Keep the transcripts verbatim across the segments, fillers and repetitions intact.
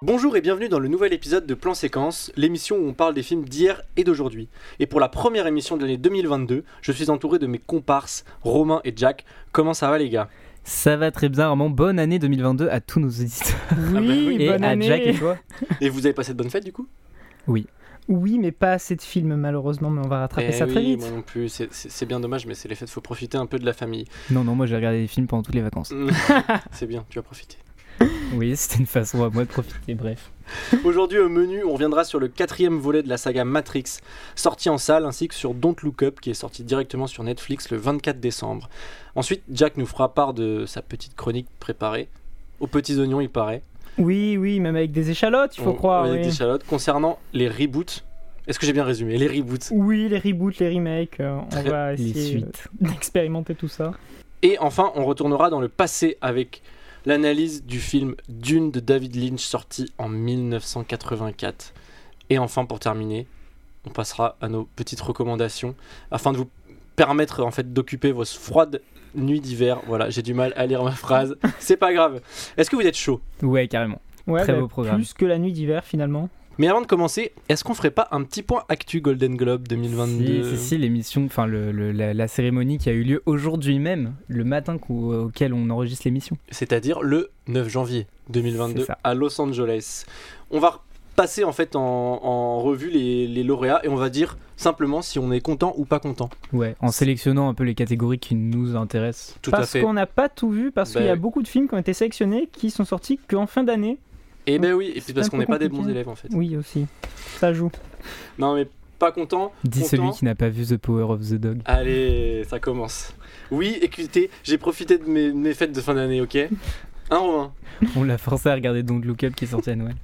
Bonjour et bienvenue dans le nouvel épisode de Plan Séquence, l'émission où on parle des films d'hier et d'aujourd'hui. Et pour la première émission de l'année deux mille vingt-deux, je suis entouré de mes comparses, Romain et Jack. Comment ça va les gars ? Ça va très bien, vraiment bonne année deux mille vingt-deux à tous nos auditeurs. Oui, Ah bah oui. Et bonne à année. Jack et toi ? Et vous avez passé de bonnes fêtes du coup ? Oui. Oui, mais pas assez de films malheureusement, mais on va rattraper Eh ça oui, très vite. moi non plus, c'est, c'est, c'est bien dommage, mais c'est les fêtes, faut profiter un peu de la famille. Non, non, moi j'ai regardé des films pendant toutes les vacances. C'est bien, tu as profité. Oui, c'était une façon à moi de profiter, bref. Aujourd'hui au menu, on reviendra sur le quatrième volet de la saga Matrix, sorti en salle, ainsi que sur Don't Look Up, qui est sorti directement sur Netflix le vingt-quatre décembre. Ensuite, Jack nous fera part de sa petite chronique préparée, aux petits oignons il paraît. Oui, oui, même avec des échalotes, il faut On- croire. Avec oui. des échalotes. Concernant les reboots, est-ce que j'ai bien résumé ? Les reboots. Oui, les reboots, les remakes, euh, on Très- va Les essayer suites. euh, d'expérimenter tout ça. Et enfin, on retournera dans le passé avec l'analyse du film Dune de David Lynch sorti en dix-neuf cent quatre-vingt-quatre. Et enfin, pour terminer, on passera à nos petites recommandations afin de vous permettre en fait d'occuper vos froides nuits d'hiver. Voilà, j'ai du mal à lire ma phrase, c'est pas grave. Est-ce que vous êtes chaud ? Ouais, carrément. Ouais, Très bah, beau programme. plus que la nuit d'hiver finalement. Mais avant de commencer, est-ce qu'on ferait pas un petit point actu Golden Globe deux mille vingt-deux ? Si, si, si, l'émission, enfin le, le- la, la cérémonie qui a eu lieu aujourd'hui même, le matin qu'au- auquel on enregistre l'émission. C'est-à-dire le neuf janvier deux mille vingt-deux C'est ça. à Los Angeles. On va passer en fait en, en revue les, les lauréats et on va dire simplement si on est content ou pas content. Ouais, en sélectionnant un peu les catégories qui nous intéressent. Tout parce à fait. qu'on n'a pas tout vu, parce Bah qu'il y a oui. beaucoup de films qui ont été sélectionnés qui sont sortis qu'en fin d'année. Et ben oui, et puis C'est parce un qu'on peu n'est pas des compliqué. bons élèves en fait. Oui, aussi. Ça joue. Non mais pas content. Dis content. celui qui n'a pas vu The Power of the Dog. Allez, ça commence. Oui, écoutez, j'ai profité de mes, mes fêtes de fin d'année, ok ? Hein Romain ? On l'a forcé à regarder Don't Look Up qui est sorti à Noël.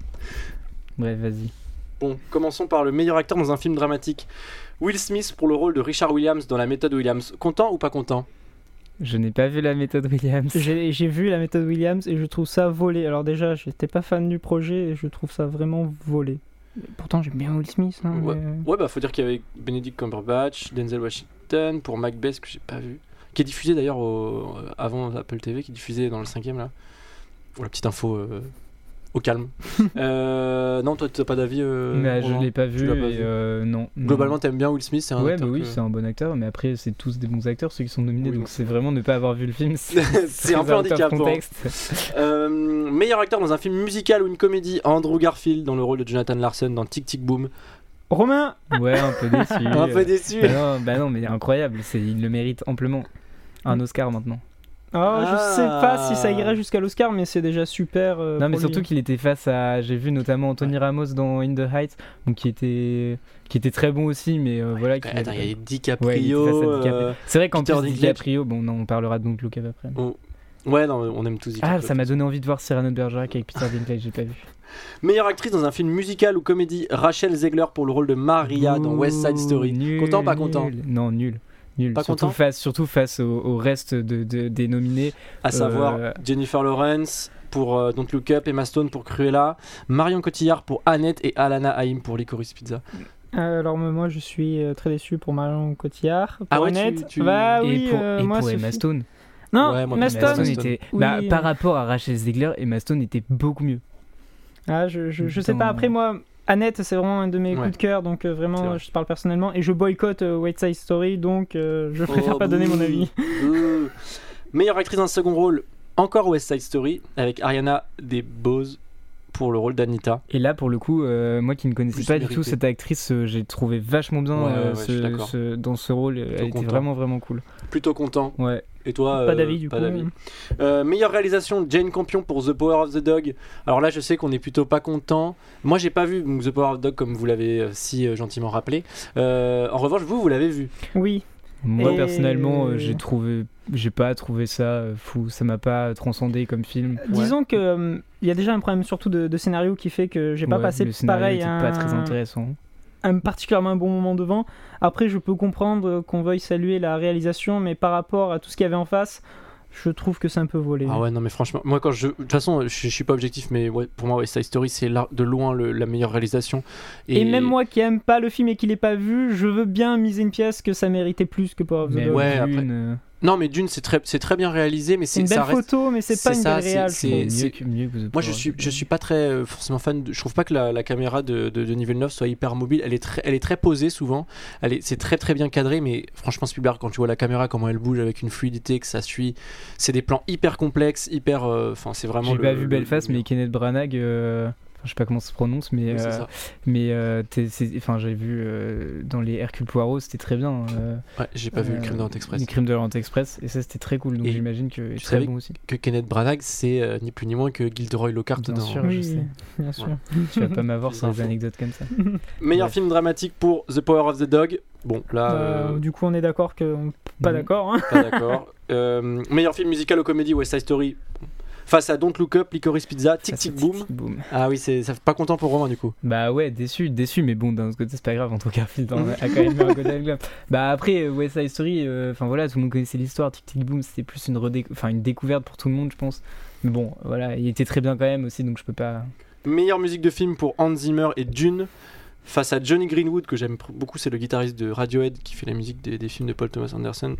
Bref, vas-y. Bon, commençons par le meilleur acteur dans un film dramatique. Will Smith pour le rôle de Richard Williams dans La Méthode Williams. Content ou pas content ? Je n'ai pas vu la méthode Williams. J'ai j'ai vu la méthode Williams et je trouve ça volé. Alors déjà, j'étais pas fan du projet et je trouve ça vraiment volé. Pourtant, j'aime bien Will Smith. Hein, Ouais. mais- Ouais, bah faut dire qu'il y avait Benedict Cumberbatch, Denzel Washington pour Macbeth que j'ai pas vu, qui est diffusé d'ailleurs au- avant Apple T V, qui est diffusé dans le cinquième là. Pour la petite info euh, au calme. euh, non, toi t'as pas d'avis euh, Mais je Romain l'ai pas Tu vu. l'as pas et, vu. euh, non. non. Globalement, t'aimes bien Will Smith, c'est un Ouais, acteur bah oui, que- c'est un bon acteur, mais après, c'est tous des bons acteurs, ceux qui sont nominés, Oui, donc bon. c'est vraiment ne pas avoir vu le film. C'est, C'est un très peu out of handicapant. contexte. Euh, meilleur acteur dans un film musical ou une comédie, Andrew Garfield dans le rôle de Jonathan Larson dans Tic Tic Boom. Romain, Ouais, un peu déçu. Un peu déçu. Bah non, bah non, mais incroyable, c'est, il le mérite amplement. Un Oscar maintenant. oh, Ah. je sais pas si ça irait jusqu'à l'Oscar, mais c'est déjà super. euh, non, mais pour surtout lui. qu'il était face à. J'ai vu notamment Anthony Ramos dans In the Heights, donc qui était, qui était très bon aussi, mais euh, voilà. qui Attends, il y avait- a Ouais, il était DiCaprio. face à DiCaprio. euh, C'est vrai qu'en Peter plus, Dinklage. DiCaprio, bon, non, on parlera de Don't Look Up après. on- Ouais, non, on aime tous Ah, DiCaprio. ça m'a donné envie de voir Cyrano de Bergerac avec Peter Dinklage, j'ai pas vu. Meilleure actrice dans un film musical ou comédie, Rachel Zegler pour le rôle de Maria dans West Side Story. Nul, Content ou pas content ? nul. Non, nul. Nul. Pas surtout, content face, surtout face au, au reste de, de- des nominés. À savoir Euh, Jennifer Lawrence pour euh, Don't Look Up, Emma Stone pour Cruella, Marion Cotillard pour Annette et Alana Haim pour Licorice Pizza. Euh, alors moi, je suis euh, très déçu pour Marion Cotillard. Pour Ah ouais, Annette, tu- tu- bah et oui, pour, euh, et moi, pour ce Emma fi- Stone. Non, Ouais, moi, Emma Emma Stone. Stone. était, Oui, bah, euh. par rapport à Rachel Zegler, Emma Stone était beaucoup mieux. Ah, je, je, je sais Dans- pas. Après moi, Annette, c'est vraiment un de mes Ouais. coups de cœur, donc euh, C'est vraiment, vrai. je te parle personnellement et je boycotte euh, West Side Story, donc euh, je préfère Oh, pas donner mon bouh, avis. bouh. Meilleure actrice dans un second rôle, encore West Side Story, avec Ariana DeBose pour le rôle d'Anita. Et là, pour le coup, euh, moi qui ne connaissais Plus pas mérité. du tout cette actrice, euh, j'ai trouvé vachement bien Ouais, euh, ouais, je suis ce- d'accord. ce- dans ce rôle. Elle était content. vraiment, vraiment cool. Plutôt content. Ouais. Et toi Pas euh, d'avis du pas coup. d'avis. Euh, meilleure réalisation, Jane Campion pour The Power of the Dog. Alors là, je sais qu'on est plutôt pas content. Moi, j'ai pas vu donc, The Power of the Dog comme vous l'avez euh, si euh, gentiment rappelé. Euh, en revanche, vous, vous l'avez vu. Oui. Moi Et- personnellement, euh, j'ai trouvé, j'ai pas trouvé ça euh, fou. Ça m'a pas transcendé comme film. Disons que euh, il y a déjà un problème surtout de, de scénario qui fait que j'ai pas Ouais, passé le scénario pareil était un, pas très intéressant. un particulièrement un bon moment devant. Après, je peux comprendre qu'on veuille saluer la réalisation, mais par rapport à tout ce qu'il y avait en face, je trouve que c'est un peu volé. Ah ouais, non, mais franchement, moi, quand je. De toute façon, je, je suis pas objectif, mais ouais, pour moi, West Side Story, c'est la- de loin le- la meilleure réalisation. Et... même moi qui aime pas le film et qui l'ai pas vu, je veux bien miser une pièce que ça méritait plus que Power of the Mais Dog. ouais, Dune, après- euh, Non, mais Dune, c'est très, c'est très bien réalisé, mais C'est c'est une belle ça reste. photo, mais c'est, c'est pas une ça, belle c'est- réal. c'est- je trouve. Mieux c'est- que, mieux que The Moi, je Power suis, of the je Dog. suis pas très euh, forcément fan. De, je trouve pas que la, la caméra de, de Denis Villeneuve soit hyper mobile. Elle est très, elle est très posée souvent. Elle est, c'est très très bien cadré, mais franchement, Spielberg, quand tu vois la caméra, comment elle bouge avec une fluidité, que ça suit, c'est des plans hyper complexes, hyper. Enfin, c'est vraiment. J'ai le- pas vu le- Belfast, le- mais Kenneth Branagh, euh, enfin, je sais pas comment ça se prononce, mais, Oui, c'est euh, ça. mais euh, t'es- c'est- enfin, j'ai vu euh, dans les Hercule Poirot, c'était très bien. euh, Ouais, j'ai pas vu euh, le Crime d'Orient Express. Les Crimes de l'Orient Express, et ça c'était très cool, donc Et j'imagine que c'est savais très bon aussi. Que Kenneth Branagh, c'est euh, ni plus ni moins que Gilderoy Lockhart Bien dans. sûr. je Oui, sais. bien sûr. Tu vas pas m'avoir Les sur les infos. anecdotes comme ça. Meilleur Ouais. film dramatique pour The Power of the Dog. Bon, là, Euh, euh, Du coup, on est d'accord que on- pas Mhm. d'accord. Hein. pas d'accord. Euh, meilleur film musical ou comédie, West Side Story. Face à Don't Look Up, Licorice Pizza, Tic Ça, c'est Tic Boom. Tic Tic Boom. Ah oui, c'est ça fait pas content pour Romain du coup. Bah ouais, déçu, déçu, mais bon, d'un autre côté, c'est pas grave, en tout cas, Garfield hein, a quand même eu un Golden Globe. Bah après, euh, West Side Story, enfin voilà, tout le monde connaissait l'histoire, Tic Tic Boom, c'était plus une, redé- enfin, une découverte pour tout le monde, je pense. Mais bon, voilà, il était très bien quand même aussi, donc je peux pas. Meilleure musique de film pour Hans Zimmer et Dune. Face à Johnny Greenwood, que j'aime pr- beaucoup, c'est le guitariste de Radiohead qui fait la musique des, des films de Paul Thomas Anderson.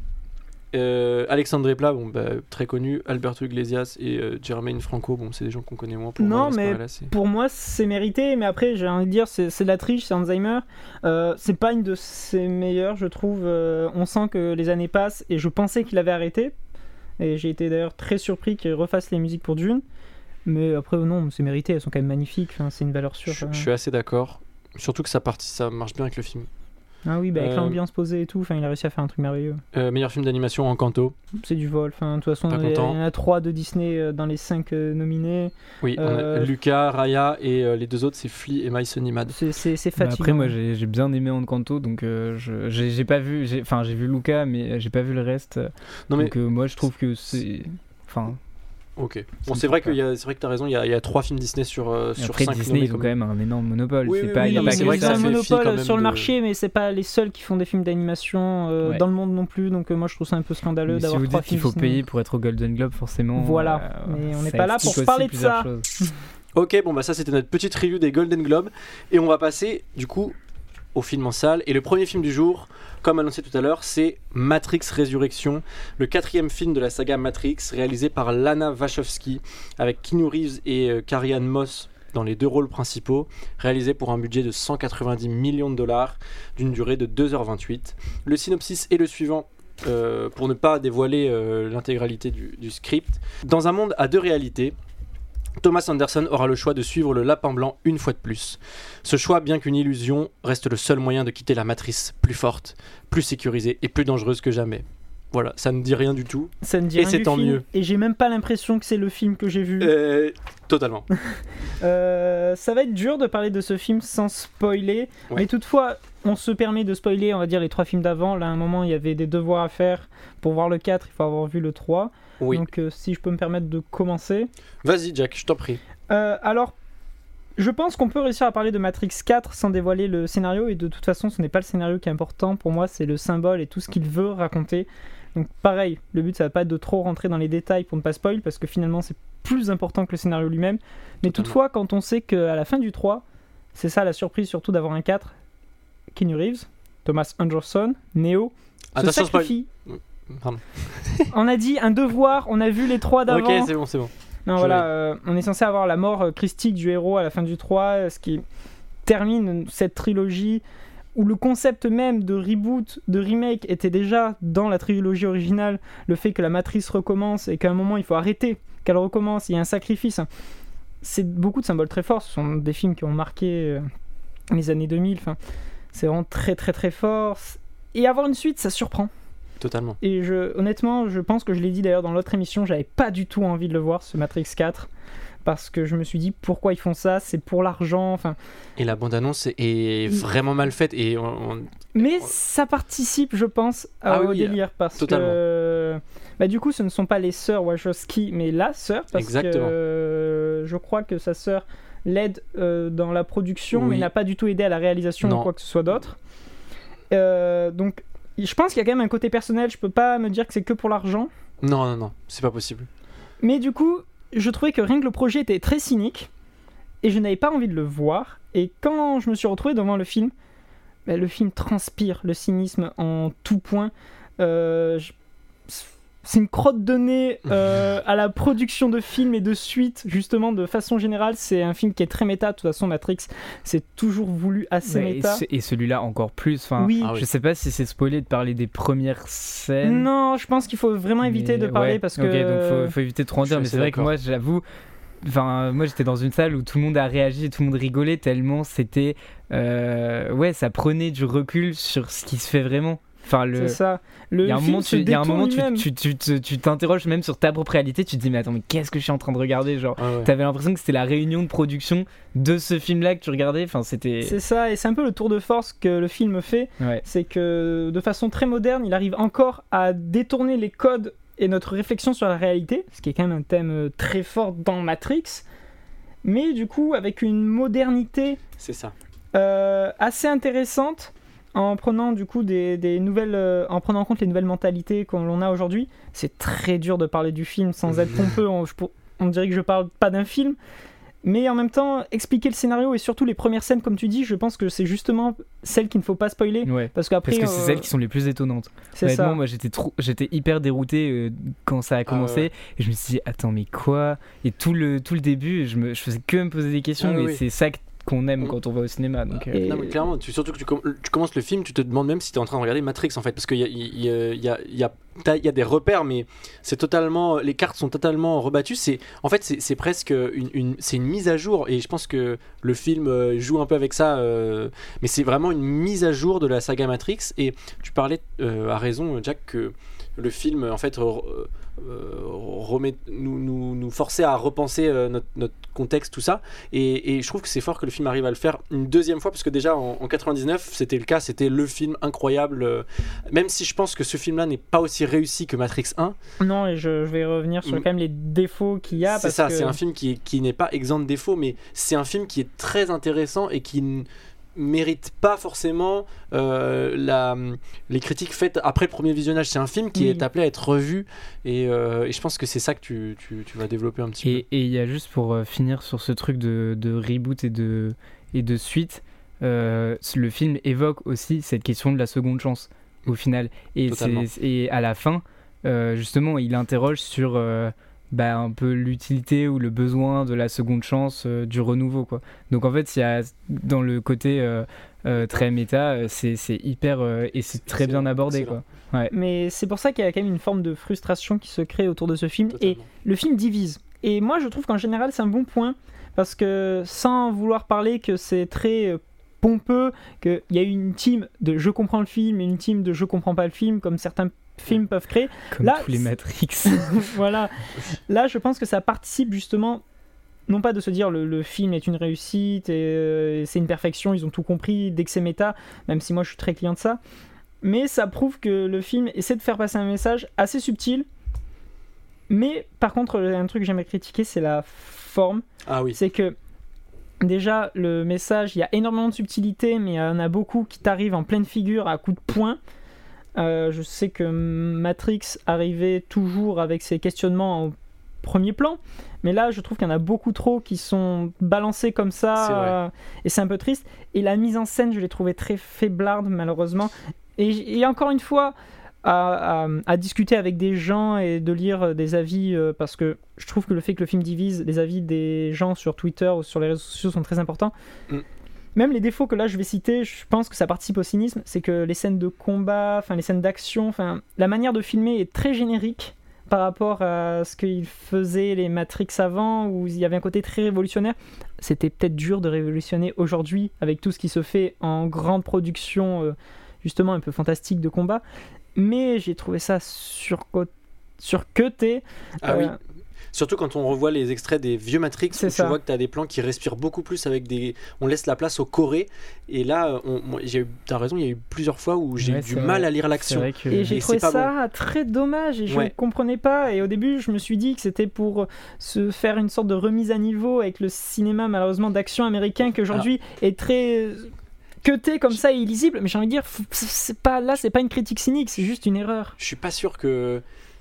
Euh, Alexandre Desplat, bon, bah, très connu. Alberto Iglesias et euh, Jermaine Franco, bon, c'est des gens qu'on connaît moins. Pour Non, moi, dans ce mais pareil-là, c'est- Pour moi, c'est mérité, mais après, j'ai envie de dire, c'est, c'est de la triche, c'est Alzheimer. Euh, c'est pas une de ses meilleures, je trouve. Euh, on sent que les années passent et je pensais qu'il avait arrêté. Et j'ai été d'ailleurs très surpris qu'il refasse les musiques pour Dune. Mais après, non, c'est mérité, elles sont quand même magnifiques. Enfin, c'est une valeur sûre. je, euh. je suis assez d'accord. Surtout que ça, partie, ça marche bien avec le film. Ah oui, bah, avec Euh, l'ambiance posée et tout, enfin, il a réussi à faire un truc merveilleux. Euh, meilleur film d'animation, Encanto. C'est du vol. Enfin, de toute façon, Pas il y, a- content. il y en a trois de Disney euh, dans les cinq euh, nominés. Oui, on a Euh, Lucas, Raya et euh, les deux autres, c'est Flea et My Sunny Mad. C'est, c'est, c'est Bah, fatigant. après, moi j'ai j'ai bien aimé Encanto, donc euh, je- j'ai j'ai pas vu, j'ai- enfin j'ai vu Luca, mais j'ai pas vu le reste. Non mais Donc euh, moi je trouve que c'est. Enfin, ok. Ça Bon, me c'est vrai choque que y a- c'est vrai que t'as raison. Il y, a- il y a trois films Disney sur euh, sur après cinq Disney nommés ils ont comme- quand même un énorme monopole. Oui, c'est oui, pas, oui, il y a non, pas mais que c'est vrai que ça. ça un fait fi monopole quand même sur le de- marché, mais c'est pas les seuls qui font des films d'animation euh, Ouais. dans le monde non plus. Donc euh, moi je trouve ça un peu scandaleux Mais si d'avoir vous trois dites qu'il films faut Disney. payer pour être au Golden Globe, forcément. Voilà. euh, Mais on n'est ça pas là explique pour aussi parler de plusieurs ça. choses. Ok, bon bah ça c'était notre petite review des Golden Globes et on va passer du coup au film en salle. Et le premier film du jour, comme annoncé tout à l'heure, c'est Matrix Résurrection, le quatrième film de la saga Matrix, réalisé par Lana Wachowski avec Keanu Reeves et euh, Carrie-Anne Moss dans les deux rôles principaux, réalisé pour un budget de cent quatre-vingt-dix millions de dollars, d'une durée de deux heures vingt-huit. Le synopsis est le suivant. Euh, pour ne pas dévoiler euh, l'intégralité du, du script. Dans un monde à deux réalités, Thomas Anderson aura le choix de suivre le lapin blanc une fois de plus. Ce choix, bien qu'une illusion, reste le seul moyen de quitter la matrice plus forte, plus sécurisée et plus dangereuse que jamais. Voilà, ça ne dit rien du tout. Ça ne dit Et rien c'est du tant film, mieux. Et j'ai même pas l'impression que c'est le film que j'ai vu. Euh, totalement. Euh, ça va être dur de parler de ce film sans spoiler, Ouais. mais toutefois, on se permet de spoiler, on va dire, les trois films d'avant. Là, à un moment, il y avait des devoirs à faire. Pour voir le quatre, il faut avoir vu le trois. Oui. Donc, euh, si je peux me permettre de commencer. Vas-y, Jack, je t'en prie. Euh, alors, je pense qu'on peut réussir à parler de Matrix quatre sans dévoiler le scénario, et de toute façon, ce n'est pas le scénario qui est important. Pour moi, c'est le symbole et tout ce qu'il veut raconter. Donc, pareil, le but, ça va pas être de trop rentrer dans les détails pour ne pas spoil, parce que finalement, c'est plus important que le scénario lui-même. Mais Totalement. toutefois, quand on sait qu'à la fin du trois, c'est ça la surprise surtout d'avoir un quatre, Keanu Reeves, Thomas Anderson, Neo, se Attention, spoil. sacrifie. Pardon. On a dit un devoir, on a vu les trois d'avant. Ok, c'est bon, c'est bon. Non, Je voilà, l'ai. euh, on est censé avoir la mort euh, christique du héros à la fin du trois, euh, ce qui termine cette trilogie où le concept même de reboot, de remake était déjà dans la trilogie originale, le fait que la matrice recommence et qu'à un moment il faut arrêter qu'elle recommence, il y a un sacrifice. C'est beaucoup de symboles très forts, ce sont des films qui ont marqué euh, les années deux mille, enfin, c'est vraiment très très très fort. Et avoir une suite, ça surprend. Totalement. Et je, honnêtement, je pense que je l'ai dit d'ailleurs dans l'autre émission, j'avais pas du tout envie de le voir, ce Matrix quatre, parce que je me suis dit pourquoi ils font ça, c'est pour l'argent, enfin. Et la bande-annonce est- est vraiment mal faite et on- on- Mais ça participe, je pense, Ah au oui, délire, parce totalement. que bah, du coup, ce ne sont pas les sœurs Wachowski, mais la sœur, parce Exactement. que euh, je crois que sa sœur l'aide euh, dans la production, Oui. mais n'a pas du tout aidé à la réalisation Non. ou quoi que ce soit d'autre. Euh, donc, je pense qu'il y a quand même un côté personnel. Je peux pas me dire que c'est que pour l'argent. non, non, non, c'est pas possible. Mais du coup, je trouvais que rien que le projet était très cynique et je n'avais pas envie de le voir. Et quand je me suis retrouvé devant le film, bah, le film transpire le cynisme en tout point. Euh, je- c'est une crotte de nez euh, à la production de films et de suites, justement, de façon générale. C'est un film qui est très méta. De toute façon, Matrix, c'est toujours voulu assez Ouais, et, méta. ce- et celui-là encore plus. Enfin, Oui. Ah oui. Je sais pas si c'est spoilé de parler des premières scènes. Non, je pense qu'il faut vraiment éviter mais de parler ouais. parce que. Ok, donc faut, faut éviter de trop en Je dire. suis Mais c'est assez vrai que d'accord. moi, j'avoue. Enfin, moi j'étais dans une salle où tout le monde a réagi et tout le monde rigolait tellement c'était. euh, Ouais, ça prenait du recul sur ce qui se fait vraiment. Enfin, le. C'est ça. Le Il y a un film moment, se tu, il y a un détourne moment tu, lui-même. tu, tu, tu, tu t'interroges même sur ta propre réalité, tu te dis mais attends mais qu'est-ce que je suis en train de regarder genre Ah ouais. t'avais l'impression que c'était la réunion de production de ce film là que tu regardais, enfin c'était C'est ça, et c'est un peu le tour de force que le film fait. ouais. C'est que de façon très moderne, il arrive encore à détourner les codes et notre réflexion sur la réalité, ce qui est quand même un thème euh, très fort dans Matrix, mais du coup avec une modernité C'est ça. euh, assez intéressante en prenant du coup des, des nouvelles, euh, en prenant en compte les nouvelles mentalités que l'on a aujourd'hui. C'est très dur de parler du film sans être pompeux. On, je pour- on dirait que je parle pas d'un film. Mais en même temps, expliquer le scénario et surtout les premières scènes, comme tu dis, je pense que c'est justement celles qu'il ne faut pas spoiler. Ouais. Parce qu'après, Parce que c'est euh, celles qui sont les plus étonnantes. c'est Honnêtement, ça. moi j'étais trop, j'étais hyper dérouté euh, quand ça a commencé. ouais. Et je me suis dit attends mais quoi. Et tout le tout le début, je me, je faisais que me poser des questions. Ah, mais oui. c'est ça que- qu'on aime Mm. quand on va au cinéma. Donc, euh, Et- Non, mais clairement, tu, surtout que tu, com- tu commences le film, tu te demandes même si tu es en train de regarder Matrix en fait, parce qu'il y a, il y, a, il y, a, il y, a, t'as- il y a des repères, mais c'est totalement, les cartes sont totalement rebattues. C'est, en fait, c'est, c'est presque une, une, c'est une mise à jour, et je pense que le film euh, joue un peu avec ça, euh, mais c'est vraiment une mise à jour de la saga Matrix. Et tu parlais euh, à raison, Jack, que le film en fait euh, euh, remet, nous, nous, nous forçait à repenser euh, notre, notre contexte, tout ça, et, et je trouve que c'est fort que le film arrive à le faire une deuxième fois, parce que déjà en, en quatre-vingt-dix-neuf c'était le cas, c'était le film incroyable, euh, même si je pense que ce film là n'est pas aussi réussi que Matrix un. Non, et je, je vais revenir sur Mm. quand même les défauts qu'il y a. C'est parce ça, que... c'est un film qui, est- qui n'est pas exempt de défauts, mais c'est un film qui est très intéressant et qui n- mérite pas forcément euh, la, les critiques faites après le premier visionnage. C'est un film qui Oui. est appelé à être revu, et, euh, et je pense que c'est ça que tu, tu, tu vas développer un petit Et et il y a juste pour euh, finir sur ce truc de, de reboot et de, et de suite, euh, le film évoque aussi cette question de la seconde chance au final. Et, Totalement. c'est- et à la fin, euh, justement, il interroge sur euh, bah, un peu l'utilité ou le besoin de la seconde chance, euh, du renouveau, quoi. Donc en fait, il y a dans le côté euh, euh, très méta, euh, c'est c'est hyper euh, et c'est très bien Excellent, abordé, excellent. quoi. Mais c'est pour ça qu'il y a quand même une forme de frustration qui se crée autour de ce film. peu. Et Totalement. le film divise. Et moi, je trouve qu'en général, c'est un bon point. Parce que sans vouloir parler que c'est très euh, pompeux, qu'il y a une team de je comprends le film et une team de je comprends pas le film, comme certains films peuvent créer. Comme Là, tous les c'est- Matrix. Voilà. Là, je pense que ça participe justement, non pas de se dire le, le film est une réussite et euh, c'est une perfection, ils ont tout compris dès que c'est méta, même si moi je suis très client de ça, mais ça prouve que le film essaie de faire passer un message assez subtil. Mais par contre, un truc que j'aimerais critiquer, c'est la forme. Ah oui. C'est que déjà, le message, il y a énormément de subtilité, mais il y en a beaucoup qui t'arrivent en pleine figure à coups de poing. Euh, je sais que Matrix arrivait toujours avec ses questionnements en premier plan, mais là je trouve qu'il y en a beaucoup trop qui sont balancés comme ça, C'est vrai. euh, et c'est un peu triste. Et la mise en scène, je l'ai trouvée très faiblarde malheureusement. Et, et encore une fois, à, à- à discuter avec des gens et de lire des avis, euh, parce que je trouve que le fait que le film divise, les avis des gens sur Twitter ou sur les réseaux sociaux sont très importants. Mm. Même les défauts que là je vais citer, je pense que ça participe au cynisme, c'est que les scènes de combat, enfin les scènes d'action, enfin la manière de filmer est très générique par rapport à ce qu'ils faisaient les Matrix avant, où il y avait un côté très révolutionnaire. C'était peut-être dur de révolutionner aujourd'hui avec tout ce qui se fait en grande production, euh, justement un peu fantastique de combat, mais j'ai trouvé ça surco- surcuté. Ah Euh, oui. Surtout quand on revoit les extraits des vieux Matrix, C'est où tu ça. vois que tu as des plans qui respirent beaucoup plus avec des. On laisse la place au choré. Et là, on... moi, j'ai eu... t'as raison, il y a eu plusieurs fois où j'ai Ouais, eu du c'est mal vrai. à lire C'est l'action. vrai que Et j'ai Et trouvé c'est pas ça très dommage et je Ouais. ne comprenais pas. Et au début, je me suis dit que c'était pour se faire une sorte de remise à niveau avec le cinéma, malheureusement, d'action américain qui aujourd'hui est très cuté comme ça et illisible. Mais j'ai envie de dire, f- c'est pas, là, c'est pas une critique cynique, c'est juste une erreur. Je suis pas sûr que.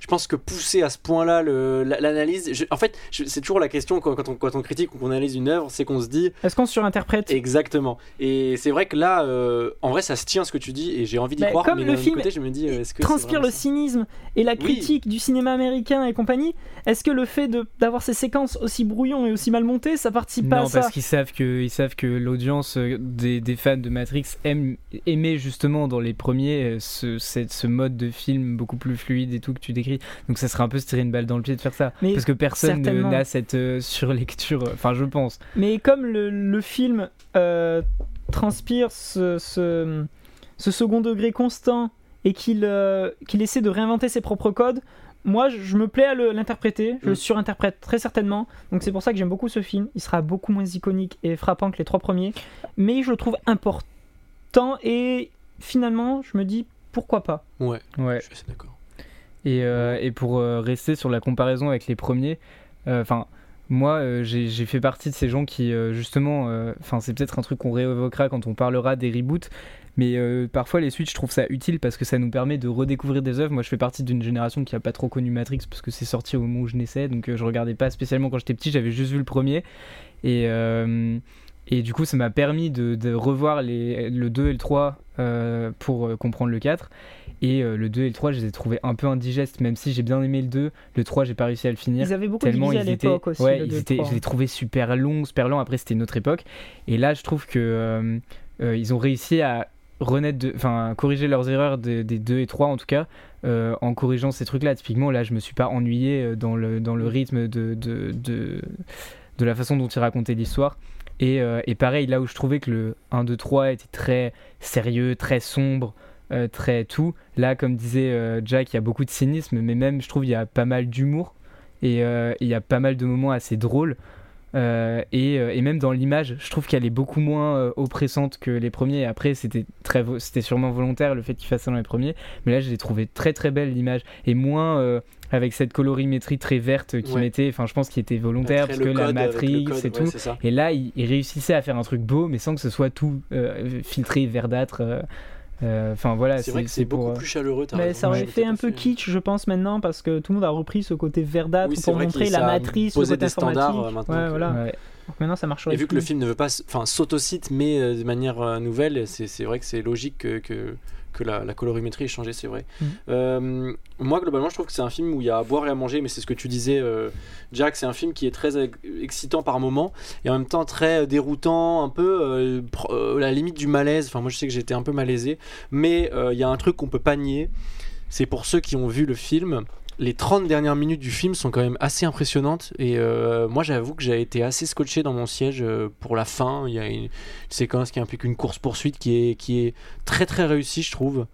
je pense que pousser à ce point-là le, la- l'analyse, je- en fait, je- c'est toujours la question quand, quand on, quand on critique ou qu'on analyse une œuvre, c'est qu'on se dit Est-ce qu'on surinterprète? exactement. Et c'est vrai que là, euh, en vrai, ça se tient ce que tu dis et j'ai envie d'y Bah, croire. comme Mais le d'un autre film côté, je me dis, euh, est-ce que c'est transpire vraiment le ça cynisme et la Oui. critique du cinéma américain et compagnie, est-ce que le fait de, d'avoir ces séquences aussi brouillons et aussi mal montées, ça participe pas Non, à ça? parce qu'ils savent que, ils savent que l'audience euh, des, des fans de Matrix aime, aimait justement dans les premiers euh, ce, cette- ce mode de film beaucoup plus fluide et tout que tu décris. Donc ça serait un peu se tirer une balle dans le pied de faire ça. Mais Parce que personne ne- certainement. n'a cette euh, surlecture, euh, enfin je pense. Mais comme le, le film euh, transpire ce, ce, ce second degré constant et qu'il euh, qu'il essaie de réinventer ses propres codes, moi je, je me plais à le- l'interpréter, je Mm. le surinterprète très certainement. Donc c'est pour ça que j'aime beaucoup ce film. Il sera beaucoup moins iconique et frappant que les trois premiers, mais je le trouve important et finalement je me dis pourquoi pas. Ouais, Ouais. je suis assez d'accord. Et, euh, et pour euh, rester sur la comparaison avec les premiers, enfin moi euh, j'ai j'ai fait partie de ces gens qui euh, justement, enfin c'est peut-être un truc qu'on réévoquera quand on parlera des reboots, mais euh, parfois les suites je trouve ça utile parce que ça nous permet de redécouvrir des œuvres. Moi je fais partie d'une génération qui a pas trop connu Matrix parce que c'est sorti au moment où je naissais, donc euh, je regardais pas spécialement quand j'étais petit, j'avais juste vu le premier et euh, et du coup ça m'a permis de, de revoir les, le deux et le trois euh, pour euh, comprendre le quatre. Et euh, le deux et le trois, je les ai trouvés un peu indigestes, même si j'ai bien aimé le deux. Le trois, j'ai pas réussi à le finir. Ils avaient beaucoup Tellement divisé à ils étaient, l'époque aussi. ouais, le ils deux et le étaient, trois. je les trouvais super longs, super lents. Après, c'était une autre époque. Et là, je trouve que euh, euh, ils ont réussi à renaître, de, enfin, corriger leurs erreurs de- des deux et trois en tout cas, euh, en corrigeant ces trucs-là. Typiquement, là, je me suis pas ennuyé euh, dans le dans le rythme de de de, de la façon dont ils racontaient l'histoire. Et, euh, et pareil, là où je trouvais que le un, deux, trois était très sérieux, très sombre. Euh, très tout. Là, comme disait euh, Jack, il y a beaucoup de cynisme, mais même, je trouve, il y a pas mal d'humour et euh, il y a pas mal de moments assez drôles. Euh, et, euh, et même dans l'image, je trouve qu'elle est beaucoup moins euh, oppressante que les premiers. Et après, c'était, très vo- c'était sûrement volontaire le fait qu'il fasse ça dans les premiers, mais là, je l'ai trouvé très très belle l'image et moins euh, avec cette colorimétrie très verte qu'il Ouais. mettait. Enfin, je pense qu'il était volontaire Très parce le que la code avec le Matrix code, et ouais, tout. c'est ça. Et là, il, il réussissait à faire un truc beau, mais sans que ce soit tout euh, filtré, verdâtre. euh, euh, Enfin voilà, C'est vrai que c'est pour, beaucoup euh, plus chaleureux. t'as Mais raison. ça aurait Ouais, fait tout à un peu kitsch, je pense, maintenant, parce que tout le monde a repris ce côté verdâtre Oui, c'est pour vrai montrer qu'il- la ça a matrice, le posé côté des standards, informatique. euh, maintenant Ouais, que- voilà. ouais. Donc maintenant, ça marcherait Et vu que plus. le film ne veut pas, s- enfin, s'autocite, mais euh, de manière euh, nouvelle, c'est, c'est vrai que c'est logique que, que, que la, la colorimétrie ait changé, c'est vrai. Mhm. Euh, moi, globalement, je trouve que c'est un film où il y a à boire et à manger, mais c'est ce que tu disais, euh, Jack, c'est un film qui est très ex- excitant par moments, et en même temps très euh, déroutant, un peu euh, pro- euh, la limite du malaise. Enfin, moi, je sais que j'étais un peu malaisé, mais euh, il y a un truc qu'on peut pas nier, c'est pour ceux qui ont vu le film. Les trente dernières minutes du film sont quand même assez impressionnantes et euh, moi j'avoue que j'ai été assez scotché dans mon siège euh, pour la fin. Il y a une séquence qui implique une course poursuite qui est, qui est très très réussie, je trouve.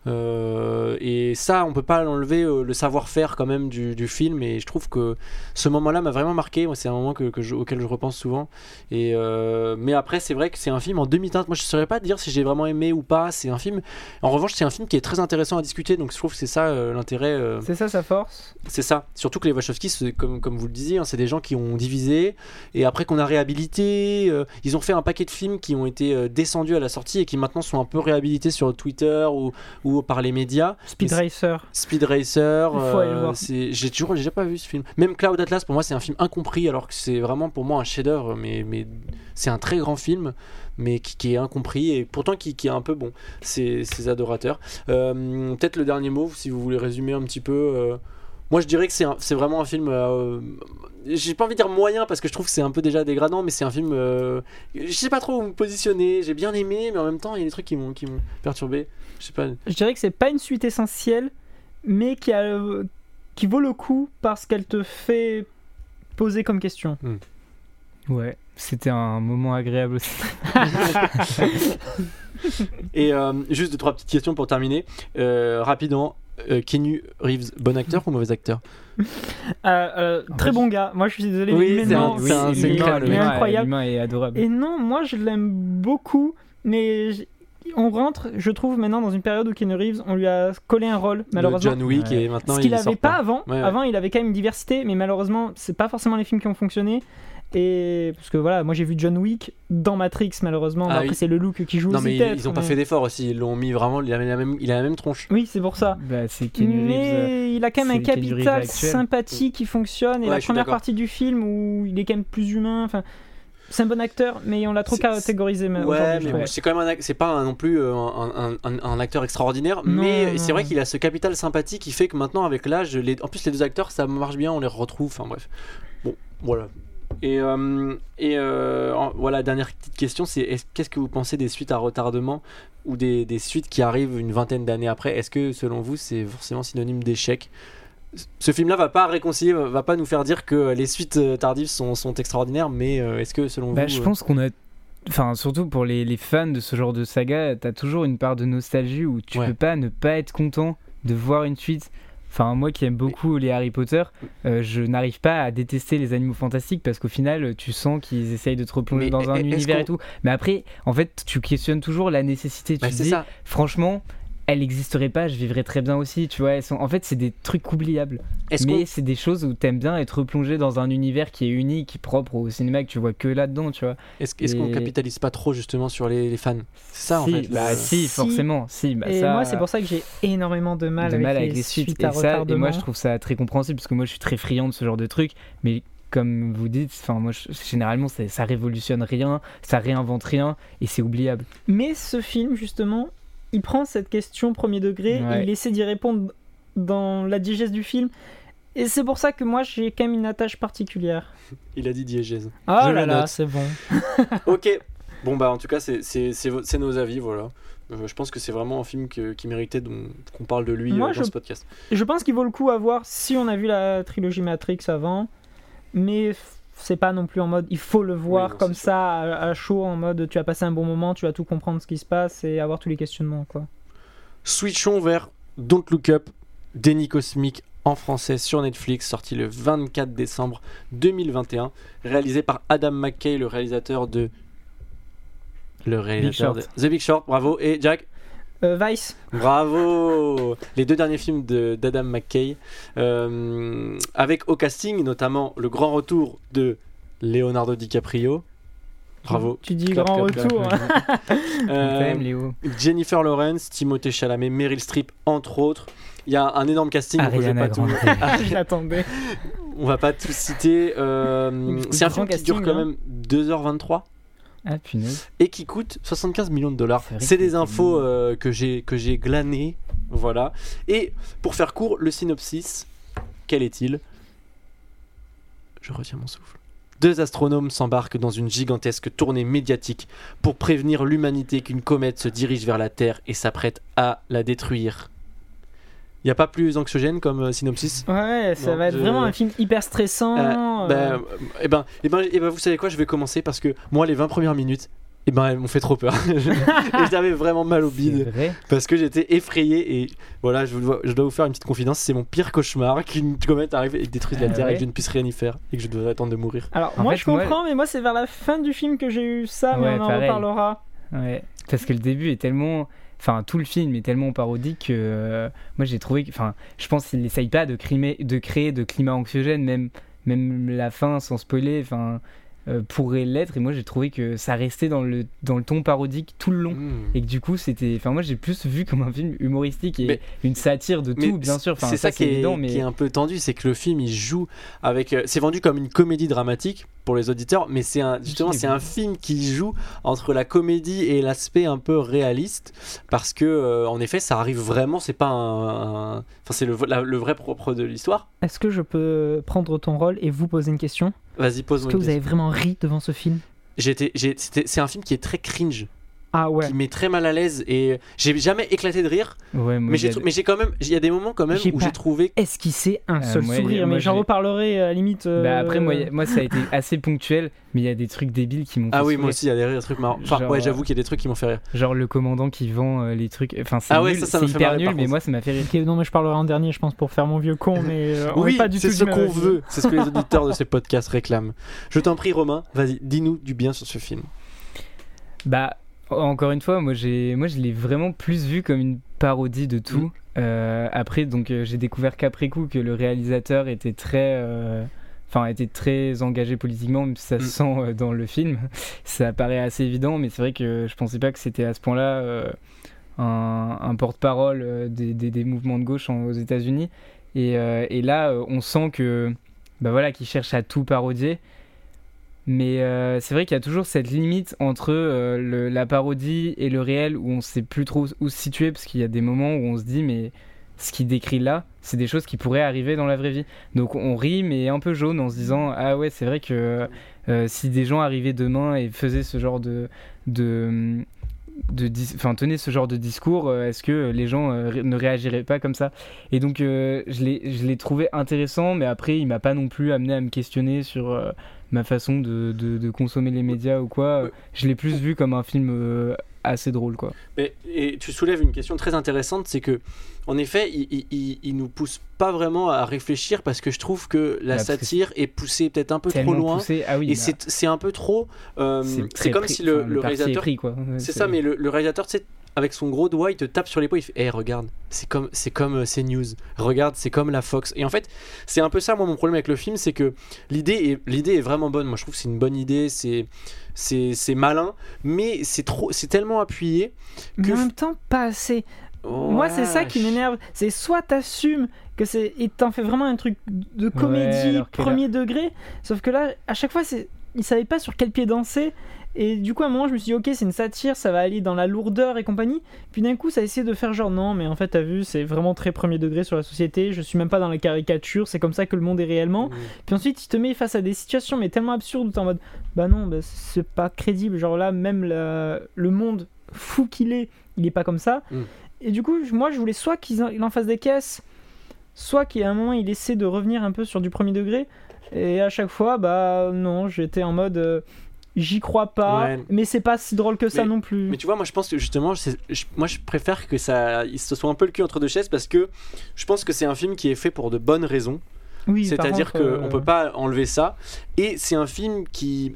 Euh, et ça on peut pas l'enlever, euh, le savoir-faire quand même du, du film, et je trouve que ce moment là m'a vraiment marqué. Moi, c'est un moment que, que je- auquel je repense souvent, et euh, mais après c'est vrai que c'est un film en demi-teinte. Moi je saurais pas dire si j'ai vraiment aimé ou pas. C'est un film, en revanche c'est un film qui est très intéressant à discuter, donc je trouve que c'est ça euh, l'intérêt. euh, C'est ça sa force. c'est ça, surtout que les Wachowski, c'est comme, comme vous le disiez, hein, c'est des gens qui ont divisé et après qu'on a réhabilité. Euh, ils ont fait un paquet de films qui ont été euh, descendus à la sortie et qui maintenant sont un peu réhabilités sur Twitter ou, ou par les médias. Speed Mais Racer. Speed Racer, Il faut aller le euh, voir. c'est, j'ai toujours j'ai déjà pas vu ce film. Même Cloud Atlas, pour moi, c'est un film incompris, alors que c'est vraiment pour moi un chef-d'œuvre. Mais, mais c'est un très grand film, mais qui, qui est incompris et pourtant qui, qui est un peu bon. C'est ses adorateurs. Euh, peut-être le dernier mot, si vous voulez résumer un petit peu. Euh, moi, je dirais que c'est, un- c'est vraiment un film. Euh, j'ai pas envie de dire moyen parce que je trouve que c'est un peu déjà dégradant, mais c'est un film. Euh, je sais pas trop où me positionner. J'ai bien aimé, mais en même temps, il y a des trucs qui m'ont, qui m'ont perturbé. Je sais pas. Je dirais que c'est pas une suite essentielle, mais qui, a, qui vaut le coup parce qu'elle te fait poser comme question. Ouais, c'était un moment agréable aussi. Et euh, juste deux trois petites questions pour terminer. Euh, rapidement, euh, Keanu Reeves, bon acteur ou mauvais acteur? Euh, euh, En très fait, bon gars. Moi, je suis désolé. Oui, mais c'est non, un- oui, c'est un- et c'est une l'humain, crème, le il est mec. incroyable. L'humain est adorable. Et non, moi, je l'aime beaucoup, mais j- on rentre, je trouve, maintenant dans une période où Keanu Reeves, on lui a collé un rôle, De malheureusement. John Wick, Ouais. et maintenant Ce qu'il il n'avait sort pas avant. Ouais, ouais. Avant, il avait quand même une diversité, mais malheureusement, c'est pas forcément les films qui ont fonctionné. Et parce que voilà, moi j'ai vu John Wick dans Matrix malheureusement, Ah mais après oui. c'est le look qui joue Non, aussi mais ils, peut-être, ils ont pas mais- fait d'effort aussi. Ils l'ont mis vraiment. Il a la même, il a la même tronche. Oui, c'est pour ça. Bah, c'est Keanu Reeves. euh, Mais il a quand même un c'est Keanu Reeves capital actuel. sympathie qui fonctionne et Ouais, la je suis première d'accord. partie du film où il est quand même plus humain, enfin c'est un bon acteur mais on l'a trop C'est- catégorisé mais Ouais, aujourd'hui, mais je bon, trouve. c'est quand même un, ac- c'est pas un- non plus euh, un, un- un- un acteur extraordinaire, Non, mais non. c'est vrai qu'il a ce capital sympathie qui fait que maintenant avec l'âge, les, en plus les deux acteurs ça marche bien, on les retrouve. Enfin bref, bon voilà. Et, euh, et euh, en- voilà, dernière petite question, c'est est-ce- qu'est-ce que vous pensez des suites à retardement ou des, des suites qui arrivent une vingtaine d'années après? Est-ce que selon vous c'est forcément synonyme d'échec? Ce film-là va pas réconcilier, va pas nous faire dire que les suites euh, tardives sont, sont extraordinaires, mais euh, est-ce que selon Bah, vous... je euh, pense qu'on a. Enfin, surtout pour les, les fans de ce genre de saga, t'as toujours une part de nostalgie où tu Ouais. peux pas ne pas être content de voir une suite. Enfin, moi qui aime beaucoup les Harry Potter, euh, je n'arrive pas à détester les animaux fantastiques parce qu'au final, tu sens qu'ils essayent de te replonger Mais dans un est-ce univers qu'on- et tout. Mais après, en fait, tu questionnes toujours la nécessité. Tu bah, te c'est dis, ça. franchement, elle n'existerait pas, je vivrais très bien aussi. Tu vois, elles sont... en fait, c'est des trucs oubliables. Est-ce qu'on- Mais c'est des choses où t'aimes bien être replongé dans un univers qui est unique, propre au cinéma, que tu vois que là-dedans, tu vois. Est-ce, est-ce qu'on Et- capitalise pas trop justement sur les, les fans? C'est ça en Si, fait. bah, le- si, Si. forcément, si. Bah, Et ça, moi c'est pour ça que j'ai énormément de mal, de avec, mal les avec les suites. suites Et, à ça, et retardement. moi, je trouve ça très compréhensible parce que moi, je suis très friand de ce genre de trucs. Mais comme vous dites, enfin, moi, je- généralement, ça, ça révolutionne rien, ça réinvente rien et c'est oubliable. Mais ce film, justement, il prend cette question premier degré Ouais. et il essaie d'y répondre dans la diégèse du film. Et c'est pour ça que moi, j'ai quand même une attache particulière. Il a dit diégèse. Ah Je là le là, note. c'est bon. Ok. Bon bah en tout cas c'est, c'est, c'est, vo- c'est nos avis, voilà. Euh, je pense que c'est vraiment un film que- qui méritait dont- qu'on parle de lui Moi, euh, dans je- ce podcast. Je pense qu'il vaut le coup à voir si on a vu la trilogie Matrix avant. Mais f- c'est pas non plus en mode il faut le voir Oui, non, comme c'est ça à, à chaud, en mode tu as passé un bon moment, tu vas tout comprendre ce qui se passe et avoir tous les questionnements, quoi. Switchons vers Don't Look Up, Déni Cosmique en français sur Netflix, sorti le vingt-quatre décembre deux mille vingt et un, réalisé par Adam McKay, le réalisateur de... Le réalisateur de Short. The Big Short, bravo. Et Jack? Euh, Vice, Bravo! Les deux derniers films de, d'Adam McKay, euh, avec au casting notamment le grand retour de Leonardo DiCaprio. Bravo. tu dis Clap, grand clap, retour. clap. hein. On Euh, t'aime, Léo. Jennifer Lawrence, Timothée Chalamet, Meryl Streep, entre autres. Il y a un énorme casting. donc je vais Ariana pas tout- Grande. Je l'attendais. On va pas tout citer. euh, c'est un Grand film qui dure casting, quand hein. même deux heures vingt-trois Ah, punaise. et qui coûte soixante-quinze millions de dollars. C'est vrai C'est que des c'est infos mignon. euh, que j'ai que j'ai glanées. Voilà. Et pour faire court, le synopsis, quel est-il? Je retiens mon souffle. Deux astronomes s'embarquent dans une gigantesque tournée médiatique pour prévenir l'humanité qu'une comète se dirige vers la Terre et s'apprête à la détruire. Il n'y a pas plus anxiogène comme euh, synopsis? Ouais, ça Non, va être je- vraiment un film hyper stressant. Euh, euh, ben, eh ben, eh ben, eh ben, vous savez quoi, je vais commencer parce que moi, les vingt premières minutes, eh ben, elles m'ont fait trop peur. Et j'avais vraiment mal au C'est bide vrai. parce que j'étais effrayé. Et voilà, je, vous dois, je dois vous faire une petite confidence, c'est mon pire cauchemar qu'une comète arrive et détruise la Ah Terre et ouais que je ne puisse rien y faire et que je dois attendre de mourir. Alors, En moi fait, je moi- comprends, mais moi c'est vers la fin du film que j'ai eu ça, mais Ouais, on en pareil. reparlera. Ouais, parce que le début est tellement. Enfin, tout le film est tellement parodique que euh, moi j'ai trouvé que. Enfin, je pense qu'il n'essaye pas de, crimer, de créer de climat anxiogène, même, même la fin sans spoiler, enfin, euh, pourrait l'être. Et moi j'ai trouvé que ça restait dans le, dans le ton parodique tout le long. Mmh. Et que du coup, c'était. Enfin, moi j'ai plus vu comme un film humoristique et Mais- une satire de Mais tout, bien sûr. Enfin, c'est ça, qui, est, évident, mais. qui est un peu tendu, c'est que le film il joue avec. euh, c'est vendu comme une comédie dramatique pour les auditeurs, mais c'est un, justement Je l'ai c'est vu. un film qui joue entre la comédie et l'aspect un peu réaliste, parce que euh, en effet ça arrive vraiment, c'est pas un, un- enfin c'est le, la- le vrai propre de l'histoire. Est-ce que je peux prendre ton rôle et vous poser une question? Vas-y, pose-moi Est-ce que une vous avez question. vraiment ri devant ce film? J'étais, j'ai- c'était- c'est un film qui est très cringe, Ah ouais. qui met très mal à l'aise et j'ai jamais éclaté de rire, Ouais, moi, mais il y j'ai, a- trou- mais j'ai quand même, il y a des moments quand même J'ai où pas- j'ai trouvé. Esquisser un Euh, seul moi, sourire, moi, mais j'en j'ai- reparlerai à la limite. euh, Bah après, moi, y a- moi ça a été assez ponctuel, mais il y a des trucs débiles qui m'ont fait Ah oui, sourire. moi aussi, il y a des rires, des trucs marrants. Enfin, Genre, ouais, euh, j'avoue qu'il y a des trucs qui m'ont fait rire. Genre le commandant qui vend euh, les trucs. Enfin, c'est Ah ouais, nul, ça, ça c'est m'a fait hyper marrer, nul, par mais contre. moi ça m'a fait rire. Ok, non, mais je parlerai en dernier, je pense, pour faire mon vieux con, mais euh, on Oui, est pas du c'est tout ce du même qu'on avis. veut, c'est ce que les auditeurs de ces podcasts réclament. Je t'en prie, Romain, vas-y, dis-nous du bien sur ce film. Bah, encore une fois, moi, j'ai, moi je l'ai vraiment plus vu comme une parodie de tout. Mm. Euh, après, donc, euh, j'ai découvert qu'après coup que le réalisateur était très. euh, enfin était très engagé politiquement, même si ça se Mm. sent euh, dans le film. Ça paraît assez évident, mais c'est vrai que je pensais pas que c'était à ce point-là euh, un, un porte-parole euh, des, des, des mouvements de gauche en- aux États-Unis. Et, euh, et là, euh, on sent que bah voilà, qu'il cherche à tout parodier. Mais euh, c'est vrai qu'il y a toujours cette limite entre euh, le- la parodie et le réel où on sait plus trop où se situer, parce qu'il y a des moments où on se dit mais ce qu'il décrit là, c'est des choses qui pourraient arriver dans la vraie vie. Donc on rit mais un peu jaune en se disant ah ouais, c'est vrai que euh, si des gens arrivaient demain et faisaient ce genre de de de dis- enfin tenaient ce genre de discours, euh, est-ce que les gens euh, ré- ne réagiraient pas comme ça? Et donc euh, je l'ai je l'ai trouvé intéressant, mais après il m'a pas non plus amené à me questionner sur euh, ma façon de, de, de consommer les médias ou quoi. Ouais. Je l'ai plus vu comme un film euh, assez drôle, quoi. Mais, et tu soulèves une question très intéressante, c'est que en effet, il, il, il- il nous pousse pas vraiment à réfléchir parce que je trouve que la Bah, parce que satire est poussée peut-être un peu trop Tellement loin. poussé. Ah oui, Et bah, c'est c'est un peu trop. euh, c'est c'est très comme pris- si le, enfin, le parti est réalisateur. pris, quoi. Ouais, C'est ça, mais le, le réalisateur, tu sais, avec son gros doigt, il te tape sur l'épaule, il fait hé, regarde, c'est comme, c'est comme euh, CNews, regarde, c'est comme la Fox. Et en fait, c'est un peu ça, moi, mon problème avec le film, c'est que l'idée est, l'idée est vraiment bonne. Moi, je trouve que c'est une bonne idée, c'est, c'est, c'est malin, mais c'est, trop, c'est tellement appuyé Mais que. en même temps, pas assez. Moi, c'est ça qui m'énerve. C'est soit t'assumes que c'est et t'en fais vraiment un truc de comédie alors que là- premier degré, sauf que là, à chaque fois, c'est ils savaient pas sur quel pied danser. Et du coup, à un moment, je me suis dit, ok, c'est une satire, ça va aller dans la lourdeur et compagnie. Puis d'un coup, ça a essayé de faire genre, non, mais en fait, t'as vu, c'est vraiment très premier degré sur la société. Je suis même pas dans la caricature, c'est comme ça que le monde est réellement. Mmh. Puis ensuite, il te met face à des situations, mais tellement absurdes, où t'es en mode, bah non, bah, c'est pas crédible. Genre là, même la- le monde fou qu'il est, il est pas comme ça. Mm. Et du coup, moi, je voulais soit qu'il en, il en fasse des caisses, soit qu'à un moment, il essaie de revenir un peu sur du premier degré. Et à chaque fois, bah non, j'étais en mode, euh, j'y crois pas, Ouais. mais c'est pas si drôle que ça Mais- non plus. Mais tu vois, moi je pense que justement, c'est- je- moi je préfère que ça, il se soit un peu le cul entre deux chaises parce que je pense que c'est un film qui est fait pour de bonnes raisons. Oui, par C'est-à-dire contre, qu'on euh, peut pas enlever ça. Et c'est un film qui,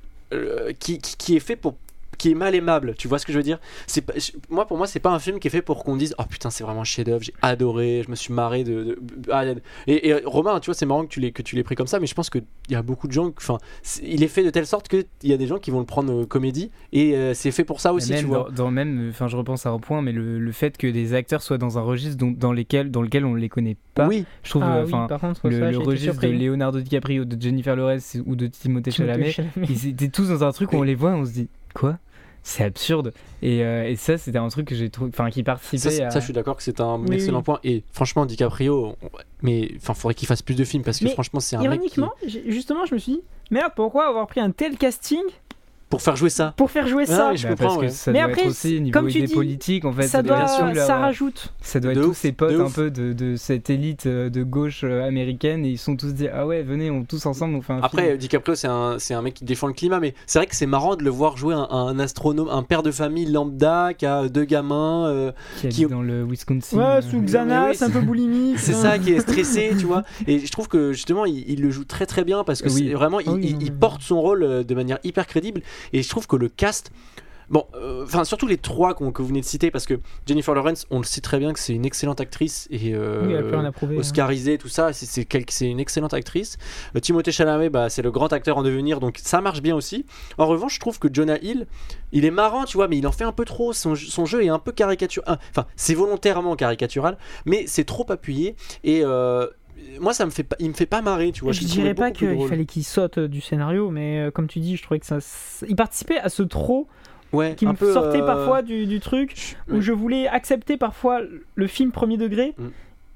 euh, qui, qui, qui est fait pour. Qui est mal aimable, tu vois ce que je veux dire? C'est pas, je- moi, pour moi, c'est pas un film qui est fait pour qu'on dise oh putain, c'est vraiment un chef-d'œuvre, j'ai adoré, je me suis marré de. de- ah, et, et Romain, tu vois, c'est marrant que tu l'aies que tu l'aies pris comme ça, mais je pense qu'il y a beaucoup de gens. Enfin, c'est- il est fait de telle sorte qu'il y a des gens qui vont le prendre euh, comédie, et euh, c'est fait pour ça aussi, même tu vois. dans, dans même, enfin, je repense à un point, mais le, le fait que des acteurs soient dans un registre dont- dans, lesquels, dans lequel on ne les connaît pas, Oui, je trouve, Ah euh, oui, enfin, par contre, le, ça, le j'ai été registre de surpris. Leonardo DiCaprio, de Jennifer Lawrence ou de Timothée Timothée Chalamet, Chalamet. ils étaient tous dans un truc où on les voit, on se dit quoi? C'est absurde. Et, euh, et ça, c'était un truc que j'ai trouvé, enfin, qui participait ça, à. ça, je suis d'accord que c'est un Oui, excellent oui. point. Et franchement, DiCaprio, on- mais enfin, faudrait qu'il fasse plus de films parce que Mais franchement, c'est un mec qui, Ironiquement, j'ai- justement, je me suis dit, merde, pourquoi avoir pris un tel casting pour faire jouer ça. pour faire jouer Ah ça oui, je Bah, comprends, parce que ouais. ça Mais doit après, être aussi niveau comme tu idée dis, politique en fait. ça, doit doit, être cool ça d'avoir- rajoute. Ça doit De être tous ouf, ces potes de un ouf. peu de, de cette élite euh, de gauche euh, américaine et ils sont tous dit ah ouais venez on tous ensemble on fait un Après, film. euh, DiCaprio, c'est un, c'est un mec qui défend le climat, mais c'est vrai que c'est marrant de le voir jouer un, un astronome, un père de famille lambda qui a deux gamins. euh, qui habite qui- dans le Wisconsin. Ouais, euh, sous mais Xanax, oui, c'est- un peu boulimique. c'est hein. ça qui est stressé, tu vois. Et je trouve que justement, il, il le joue très très bien parce que Oui. c'est vraiment, il, Ah oui, il- non, il mais- porte son rôle euh, de manière hyper crédible. Et je trouve que le cast. Bon, euh, enfin surtout les trois qu'on- que vous venez de citer, parce que Jennifer Lawrence, on le sait très bien que c'est une excellente actrice et euh, Oui, elle a plus rien à prouver. hein. Oscarisée, tout ça, c'est, c'est, quel- c'est une excellente actrice. Euh, Timothée Chalamet, bah, c'est le grand acteur en devenir, donc ça marche bien aussi. En revanche, je trouve que Jonah Hill, il est marrant, tu vois, mais il en fait un peu trop. Son, son jeu est un peu caricatural. Enfin, c'est volontairement caricatural, mais c'est trop appuyé et euh, moi, ça me fait pas, il me fait pas marrer, tu vois. Je le dirais trouvais pas beaucoup plus qu'il drôle. fallait qu'il saute euh, du scénario, mais euh, comme tu dis, je trouvais que ça. Il participait à ce trop Ouais, qui un me peu, sortait euh, parfois du, du truc, où ouais. je voulais accepter parfois le film premier degré. Mm.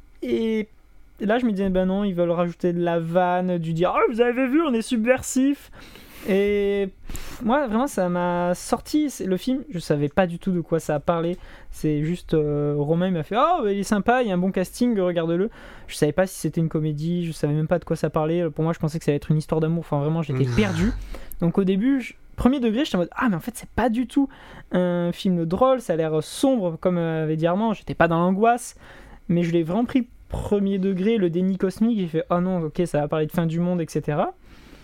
Et là, je me disais, ben non, ils veulent rajouter de la vanne, du dire, oh, vous avez vu, on est subversif. Et pff, moi, vraiment, ça m'a sorti c'est- le film. Je savais pas du tout de quoi ça parlait. C'est juste, euh, Romain il m'a fait, oh, il est sympa, il y a un bon casting, regarde-le. Je savais pas si c'était une comédie, je savais même pas de quoi ça parlait. Pour moi, je pensais que ça allait être une histoire d'amour. Enfin, vraiment, j'étais Mm. perdu. Donc, au début, je- premier degré, j'étais en mode, ah, mais en fait, c'est pas du tout un film drôle. Ça a l'air sombre, comme euh, avait dit Armand. J'étais pas dans l'angoisse, mais je l'ai vraiment pris premier degré, le déni cosmique. J'ai fait, oh non, ok, ça va parler de fin du monde, et cetera.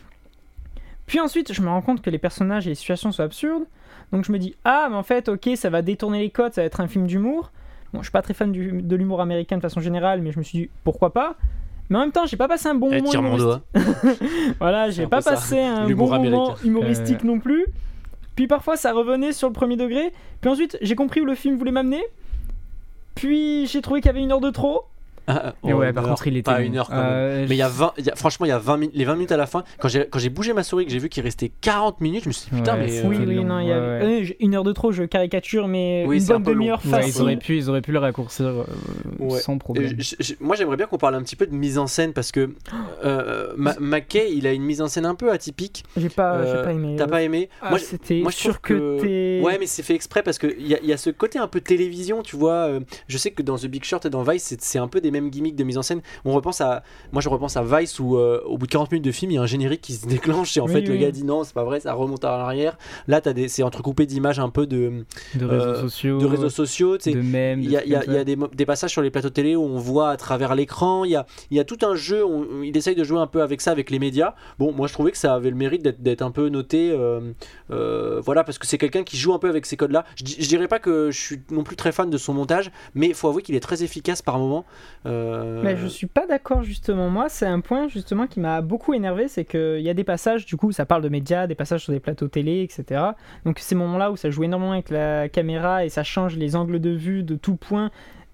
Puis ensuite, je me rends compte que les personnages et les situations sont absurdes. Donc je me dis, ah, mais en fait, ok, ça va détourner les codes, ça va être un film d'humour. Bon, je suis pas très fan du- de l'humour américain de façon générale, mais je me suis dit, pourquoi pas. Mais en même temps, j'ai pas passé un bon Eh, moment tire mon humoristique. doigt. Voilà, C'est j'ai un pas peu ça. passé un L'humour bon moment américain. humoristique Euh. non plus. Puis parfois, ça revenait sur le premier degré. Puis ensuite, j'ai compris où le film voulait m'amener. Puis j'ai trouvé qu'il y avait une heure de trop. Ah, Et oh, ouais, une par heure, contre, il était pas long. une heure quand même. Euh, Mais il y a vingt, il y a- franchement, il y a vingt minutes, les vingt minutes à la fin, quand j'ai, quand j'ai bougé ma souris, que j'ai vu qu'il restait quarante minutes, je me suis dit putain, Ouais, mais. c'est euh, Oui, oui, long, non, il y ouais, avait ouais. euh, j'ai- une heure de trop, je caricature, mais Oui, une c'est un bonne peu long. demi-heure Ouais, facile. ils auraient pu, ils auraient pu le raccourcir euh, Ouais. sans problème. Euh, j- j- moi j'aimerais bien qu'on parle un petit peu de mise en scène parce que euh, Ma- McKay il a une mise en scène un peu atypique. J'ai pas, Euh, j'ai pas aimé. T'as euh, pas aimé? ah, Moi, je- c'était moi, je trouve surcuté. Ouais, mais c'est fait exprès parce qu'il y, a- y a ce côté un peu télévision, tu vois. euh, Je sais que dans The Big Short et dans Vice, c'est, c'est un peu des mêmes gimmicks de mise en scène. On repense à, moi, je repense à Vice où euh, au bout de quarante minutes de film, il y a un générique qui se déclenche et en Oui, fait le oui. gars dit non, c'est pas vrai, ça remonte à l'arrière. Là, t'as des, c'est entrecoupé d'images un peu de, De réseaux euh, sociaux, de réseaux sociaux, tu sais. de mèmes. Il y a, il y a- il y a des, mo- des passages sur les plateaux télé où on voit à travers l'écran. Il y a, il y a tout un jeu. On, on- il essaye de jouer un peu avec ça, avec les médias. Bon, moi je trouvais que ça avait le mérite d'être, d'être un peu noté. euh, euh, voilà, parce que c'est quelqu'un qui joue un peu avec ces codes-là. Je, di- je dirais pas que je suis non plus très fan de son montage, mais il faut avouer qu'il est très efficace par moment. Euh, Mais je suis pas d'accord justement. Moi, c'est un point justement qui m'a beaucoup énervé, c'est qu'il y a des passages, du coup, ça parle de médias, des passages sur des plateaux télé, et cetera. Donc ces moments-là où ça joue énormément avec la caméra et ça change les angles de vue de tout point.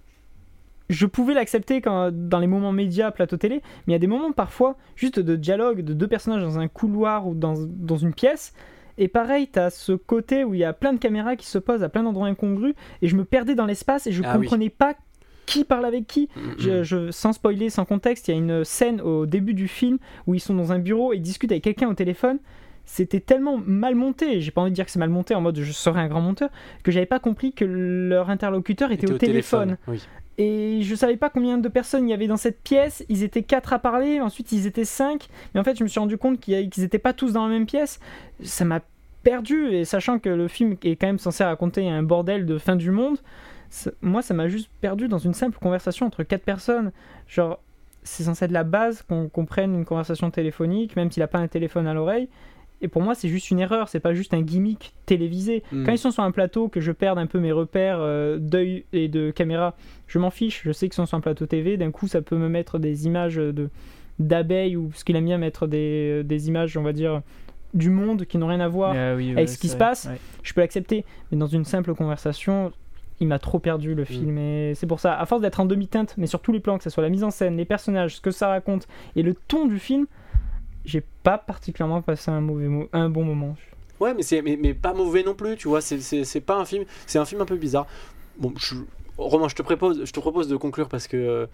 Je pouvais l'accepter quand, dans les moments médias, plateau télé, mais il y a des moments parfois juste de dialogue de deux personnages dans un couloir ou dans, dans une pièce. Et pareil, t'as ce côté où il y a plein de caméras qui se posent à plein d'endroits incongrus et je me perdais dans l'espace et je Ah oui. comprenais pas qui parle avec qui. mm, Je, mm. je- sans spoiler, sans contexte, il y a une scène au début du film où ils sont dans un bureau et ils discutent avec quelqu'un au téléphone. C'était tellement mal monté, j'ai pas envie de dire que c'est mal monté en mode je serais un grand monteur, que j'avais pas compris que leur interlocuteur était, Était au téléphone. Oui. Et je savais pas combien de personnes il y avait dans cette pièce. Ils étaient quatre à parler, ensuite ils étaient cinq. Mais en fait, je me suis rendu compte qu'il y a- qu'ils étaient pas tous dans la même pièce. Ça m'a perdu, et sachant que le film est quand même censé raconter un bordel de fin du monde, ça- moi ça m'a juste perdu dans une simple conversation entre quatre personnes. Genre, c'est censé être la base qu'on comprenne une conversation téléphonique, même s'il a pas un téléphone à l'oreille. Et pour moi, c'est juste une erreur, c'est pas juste un gimmick télévisé. Mm. Quand ils sont sur un plateau, que je perde un peu mes repères euh, d'œil et de caméra, je m'en fiche. Je sais qu'ils sont sur un plateau T V, d'un coup, ça peut me mettre des images de, d'abeilles, ou ce qu'il aime bien mettre des, des images, on va dire, du monde qui n'ont rien à voir Ah oui, ouais, avec ce qui c'est se vrai. passe. Ouais. Je peux l'accepter. Mais dans une simple conversation, il m'a trop perdu le film. Et c'est pour ça, à force d'être en demi-teinte, mais sur tous les plans, que ce soit la mise en scène, les personnages, ce que ça raconte et le ton du film, j'ai pas particulièrement passé un, mauvais mo- un bon moment. Ouais, mais, c'est, mais, mais pas mauvais non plus, tu vois. C'est, c'est, c'est pas un film. C'est un film un peu bizarre. Bon, je, Romain, je te propose, je te propose de conclure parce que. euh,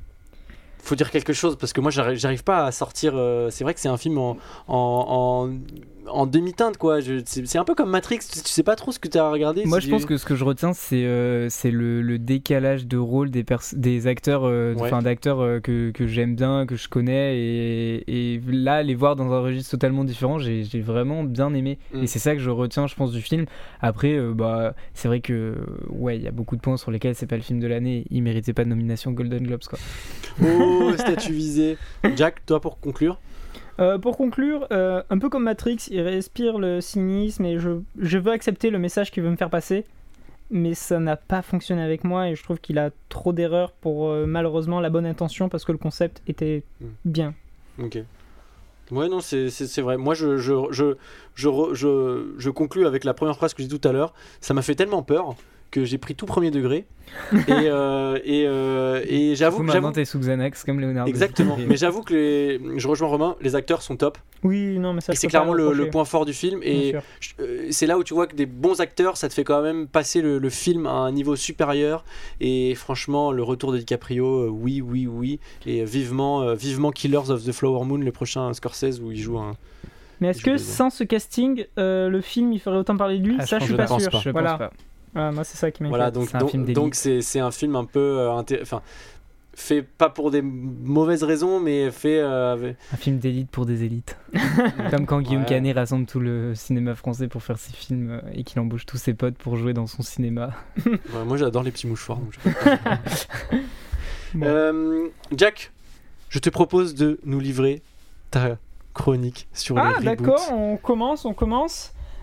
faut dire quelque chose parce que moi j'arrive, j'arrive pas à sortir. euh, c'est vrai que c'est un film en, en, en, en demi-teinte quoi. Je, c'est, c'est un peu comme Matrix. Tu, tu sais pas trop ce que tu as regardé. Moi, si je pense que ce que je retiens, c'est euh, c'est le, le décalage de rôle des, pers- des acteurs, euh, Ouais. enfin d'acteurs euh, que, que j'aime bien, que je connais, et, et là, les voir dans un registre totalement différent, j'ai j'ai vraiment bien aimé. Mm. Et c'est ça que je retiens, je pense, du film. Après, euh, bah, c'est vrai que ouais, il y a beaucoup de points sur lesquels c'est pas le film de l'année. Il méritait pas de nomination Golden Globes, quoi. Oh, statut visé. Jack, toi pour conclure. Euh, pour conclure, euh, un peu comme Matrix, il respire le cynisme et je, je veux accepter le message qu'il veut me faire passer, mais ça n'a pas fonctionné avec moi et je trouve qu'il a trop d'erreurs pour euh, malheureusement la bonne intention parce que le concept était Mm. bien. Ok. Ouais, non, c'est, c'est, c'est vrai. Moi, je, je, je, je, re- je, je conclus avec la première phrase que j'ai dit tout à l'heure. Ça m'a fait tellement peur que j'ai pris tout premier degré. et, euh, et, euh, et j'avoue Du coup, que. J'avoue, maintenant, t'es sous Xanax comme Leonardo. exactement. Mais j'avoue que les, je rejoins Romain, les acteurs sont top. Oui, non, mais ça Et je c'est peux pas clairement le, reprocher, le point fort du film. bien Et sûr. je- euh, c'est là où tu vois que des bons acteurs, ça te fait quand même passer le, le film à un niveau supérieur. Et franchement, le retour de DiCaprio, euh, oui, oui, oui. Et vivement, euh, vivement Killers of the Flower Moon, le prochain Scorsese où il joue un. Mais est-ce je que veux dire. sans ce casting, euh, le film il ferait autant parler de lui? Ah, Ça, pense- je suis je pas ne pense sûr. pas. Je Voilà. pense pas. Voilà, moi, c'est ça qui m'inquiète. Voilà, donc C'est un donc film d'élite. donc c'est c'est un film un peu euh, inté- enfin fait pas pour des mauvaises raisons, mais fait euh, avec- Un film d'élite pour des élites. Comme quand Guillaume Ouais. Canet rassemble tout le cinéma français pour faire ses films euh, et qu'il embauche tous ses potes pour jouer dans son cinéma. ouais, moi j'adore les petits mouchoirs. donc je- Bon. Euh, Jack, je te propose de nous livrer ta chronique sur les Ah reboots. d'accord, on commence, on commence.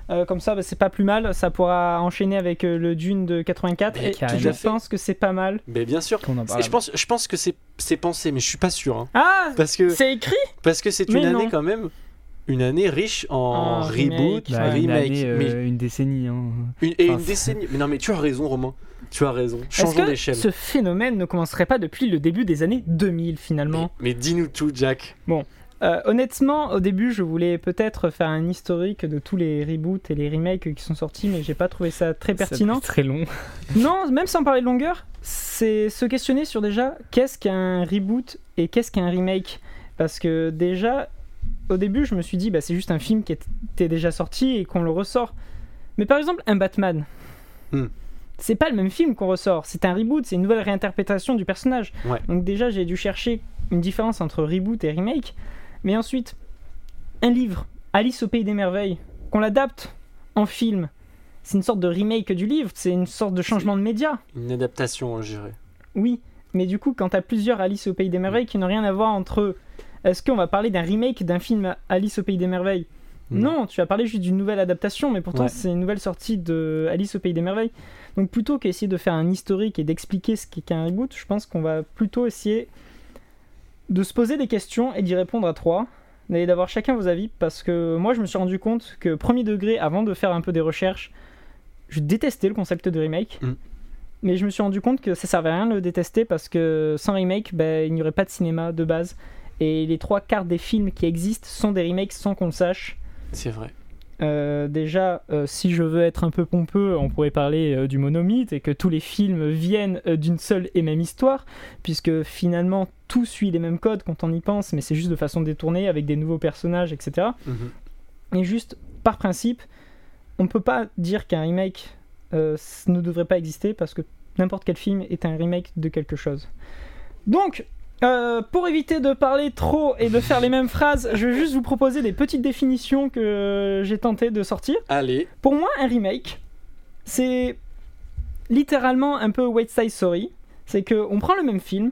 Euh, comme ça, bah, c'est pas plus mal. Ça pourra enchaîner avec euh, le Dune de quatre-vingt-quatre. Mais Et carrément. je pense que c'est pas mal. Mais bien sûr. Qu'on en parle Et je pense, je pense que c'est, c'est pensé, mais je suis pas sûr. Hein. Ah, Parce que c'est écrit. parce que c'est Mais une non. année quand même, une année riche en En reboot, remake. Bah, remake, une, année, euh, mais une décennie. Hein. une, et enfin, une décennie. Mais non, mais tu as raison, Romain. Tu as raison. Est-ce Changeons que d'échelle. ce phénomène ne commencerait pas depuis le début des années deux mille finalement? Mais, mais dis-nous tout, Jack. Euh, honnêtement, au début, je voulais peut-être faire un historique de tous les reboots et les remakes qui sont sortis, mais j'ai pas trouvé ça très pertinent. Ça peut être très long. Non, même sans parler de longueur, c'est se questionner sur déjà qu'est-ce qu'un reboot et qu'est-ce qu'un remake. Parce que déjà, au début, je me suis dit, bah, c'est juste un film qui était déjà sorti et qu'on le ressort. Mais par exemple, un Batman. Hmm. C'est pas le même film qu'on ressort, c'est un reboot, c'est une nouvelle réinterprétation du personnage. Ouais. Donc déjà, j'ai dû chercher une différence entre reboot et remake. Mais ensuite, un livre, Alice au Pays des Merveilles, qu'on l'adapte en film, c'est une sorte de remake du livre, c'est une sorte de changement de média. Une adaptation, je dirais. Oui, mais du coup, quand t'as plusieurs Alice au Pays des Merveilles qui n'ont rien à voir entre eux, est-ce qu'on va parler d'un remake d'un film Alice au Pays des Merveilles ? Non, tu vas parler juste d'une nouvelle adaptation, mais pourtant Ouais. c'est une nouvelle sortie de Alice au Pays des Merveilles. Donc plutôt qu'essayer de faire un historique et d'expliquer ce qu'est qu'un reboot, je pense qu'on va plutôt essayer de se poser des questions et d'y répondre à trois, et d'avoir chacun vos avis, parce que moi je me suis rendu compte que premier degré, avant de faire un peu des recherches, je détestais le concept de remake. Mm. Mais je me suis rendu compte que ça servait à rien de le détester, parce que sans remake, ben, il n'y aurait pas de cinéma de base. Et les trois quarts des films qui existent sont des remakes sans qu'on le sache. C'est vrai. Euh, déjà, euh, si je veux être un peu pompeux, on pourrait parler euh, du monomythe et que tous les films viennent euh, d'une seule et même histoire, puisque finalement tout suit les mêmes codes quand on y pense, mais c'est juste de façon détournée avec des nouveaux personnages, et cetera. Mhm. Et juste par principe, on ne peut pas dire qu'un remake euh, ne devrait pas exister, parce que n'importe quel film est un remake de quelque chose. Donc, Euh, pour éviter de parler trop et de faire les mêmes phrases, je vais juste vous proposer des petites définitions que j'ai tenté de sortir. Allez. Pour moi, un remake, c'est littéralement un peu West Side Story. C'est qu'on prend le même film,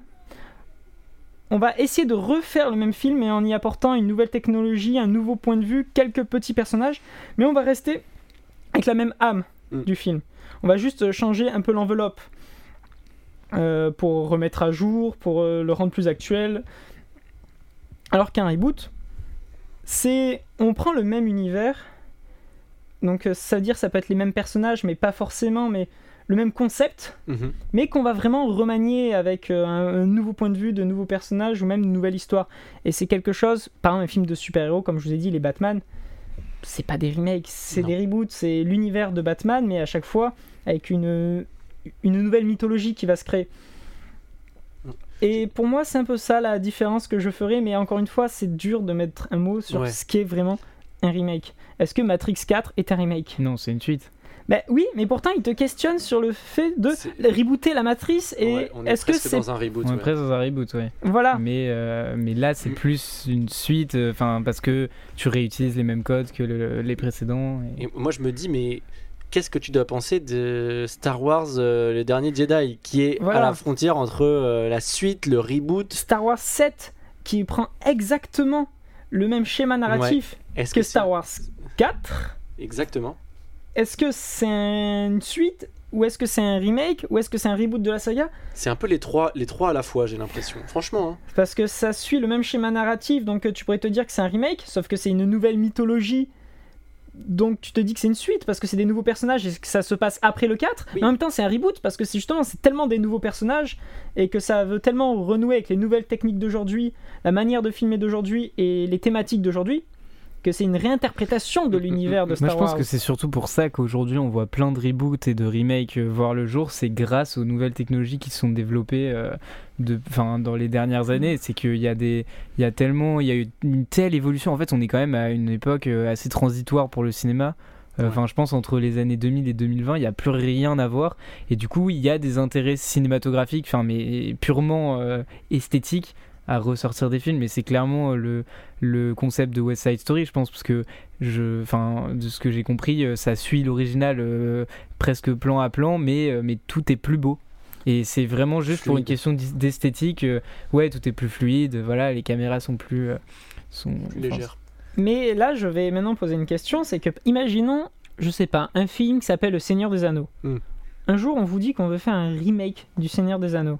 on va essayer de refaire le même film, mais en y apportant une nouvelle technologie, un nouveau point de vue, quelques petits personnages, mais on va rester avec la même âme Mm. du film. On va juste changer un peu l'enveloppe. Euh, pour remettre à jour, pour euh, le rendre plus actuel. Alors qu'un reboot, c'est... On prend le même univers, donc euh, ça veut dire ça peut être les mêmes personnages, mais pas forcément, mais le même concept, Mhm. mais qu'on va vraiment remanier avec euh, un, un nouveau point de vue, de nouveaux personnages, ou même une nouvelle histoire. Et c'est quelque chose, par exemple un film de super-héros, comme je vous ai dit, les Batman, c'est pas des remakes, c'est Non. des reboots, c'est l'univers de Batman, mais à chaque fois avec une... une nouvelle mythologie qui va se créer. Et pour moi, c'est un peu ça la différence que je ferais, mais encore une fois, c'est dur de mettre un mot sur Ouais. ce qu'est vraiment un remake. Est-ce que Matrix quatre est un remake ? Non, c'est une suite. Ben oui, mais pourtant, il te questionne sur le fait de C'est- rebooter la matrice, et Ouais, on est est-ce que presque c'est... dans un reboot. On est ouais. presque dans un reboot, ouais. Voilà. Mais, euh, mais là, c'est Mm. plus une suite, enfin parce que tu réutilises les mêmes codes que le- les précédents. et- Et moi, je me dis, mais qu'est-ce que tu dois penser de Star Wars, euh, le dernier Jedi, qui est Voilà. à la frontière entre euh, la suite, le reboot. Star Wars sept, qui prend exactement le même schéma narratif Est-ce que c'est- Star Wars quatre. Exactement. Est-ce que c'est une suite, ou est-ce que c'est un remake, ou est-ce que c'est un reboot de la saga ? C'est un peu les trois, les trois à la fois, j'ai l'impression. Franchement. Hein. Parce que ça suit le même schéma narratif, donc euh, tu pourrais te dire que c'est un remake, sauf que c'est une nouvelle mythologie. Donc tu te dis que c'est une suite parce que c'est des nouveaux personnages et que ça se passe après le quatre. Oui. Mais en même temps, c'est un reboot parce que c'est justement c'est tellement des nouveaux personnages et que ça veut tellement renouer avec les nouvelles techniques d'aujourd'hui, la manière de filmer d'aujourd'hui et les thématiques d'aujourd'hui, que c'est une réinterprétation de l'univers de Moi, Star je pense Wars. que c'est surtout pour ça qu'aujourd'hui on voit plein de reboots et de remakes euh, voir le jour. C'est grâce aux nouvelles technologies qui se sont développées euh, de, enfin, dans les dernières années. C'est qu'il y a des, il y a tellement, il y a eu une telle évolution. En fait, on est quand même à une époque euh, assez transitoire pour le cinéma. Euh, Enfin, Ouais. je pense entre les années deux mille et deux mille vingt, il n'y a plus rien à voir. Et du coup, il y a des intérêts cinématographiques, enfin, mais purement euh, esthétiques, à ressortir des films. Mais c'est clairement le, le concept de West Side Story, je pense, parce que je, enfin, de ce que j'ai compris, euh, ça suit l'original euh, presque plan à plan, mais, euh, mais tout est plus beau. Et c'est vraiment juste pour une Fluide. question d'es- d'esthétique. euh, ouais, tout est plus fluide. Voilà, les caméras sont plus, euh, sont Plus légère. Mais là, je vais maintenant poser une question, c'est que, imaginons je sais pas, un film qui s'appelle Le Seigneur des Anneaux. Mm. Un jour, on vous dit qu'on veut faire un remake du Seigneur des Anneaux.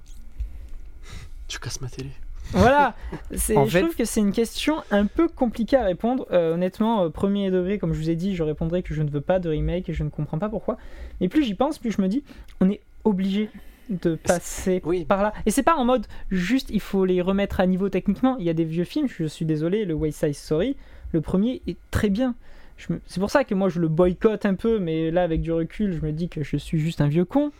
Je casse ma télé. Voilà, c'est, En je fait- trouve que c'est une question un peu compliquée à répondre. Euh, honnêtement, euh, premier degré, comme je vous ai dit, je répondrai que je ne veux pas de remake et je ne comprends pas pourquoi. Mais plus j'y pense, plus je me dis, on est obligé de passer Oui. par là. Et c'est pas en mode juste il faut les remettre à niveau techniquement. Il y a des vieux films, je suis désolé, le West Side Story, le premier est très bien. Je me- C'est pour ça que moi je le boycotte un peu, mais là avec du recul, je me dis que je suis juste un vieux con.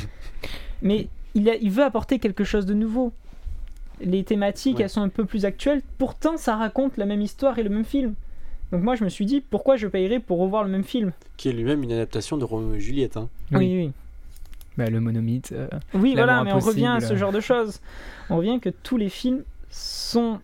Mais il, a- il veut apporter quelque chose de nouveau. Les thématiques, Ouais. elles sont un peu plus actuelles. Pourtant, ça raconte la même histoire et le même film. Donc moi, je me suis dit, pourquoi je payerais pour revoir le même film? Qui est lui-même une adaptation de Roméo et Juliette. Hein. Oui. Oui, oui. Bah, le monomythe. euh, Oui, L'amour voilà, mais on revient à ce impossible. genre de choses. On revient que tous les films sont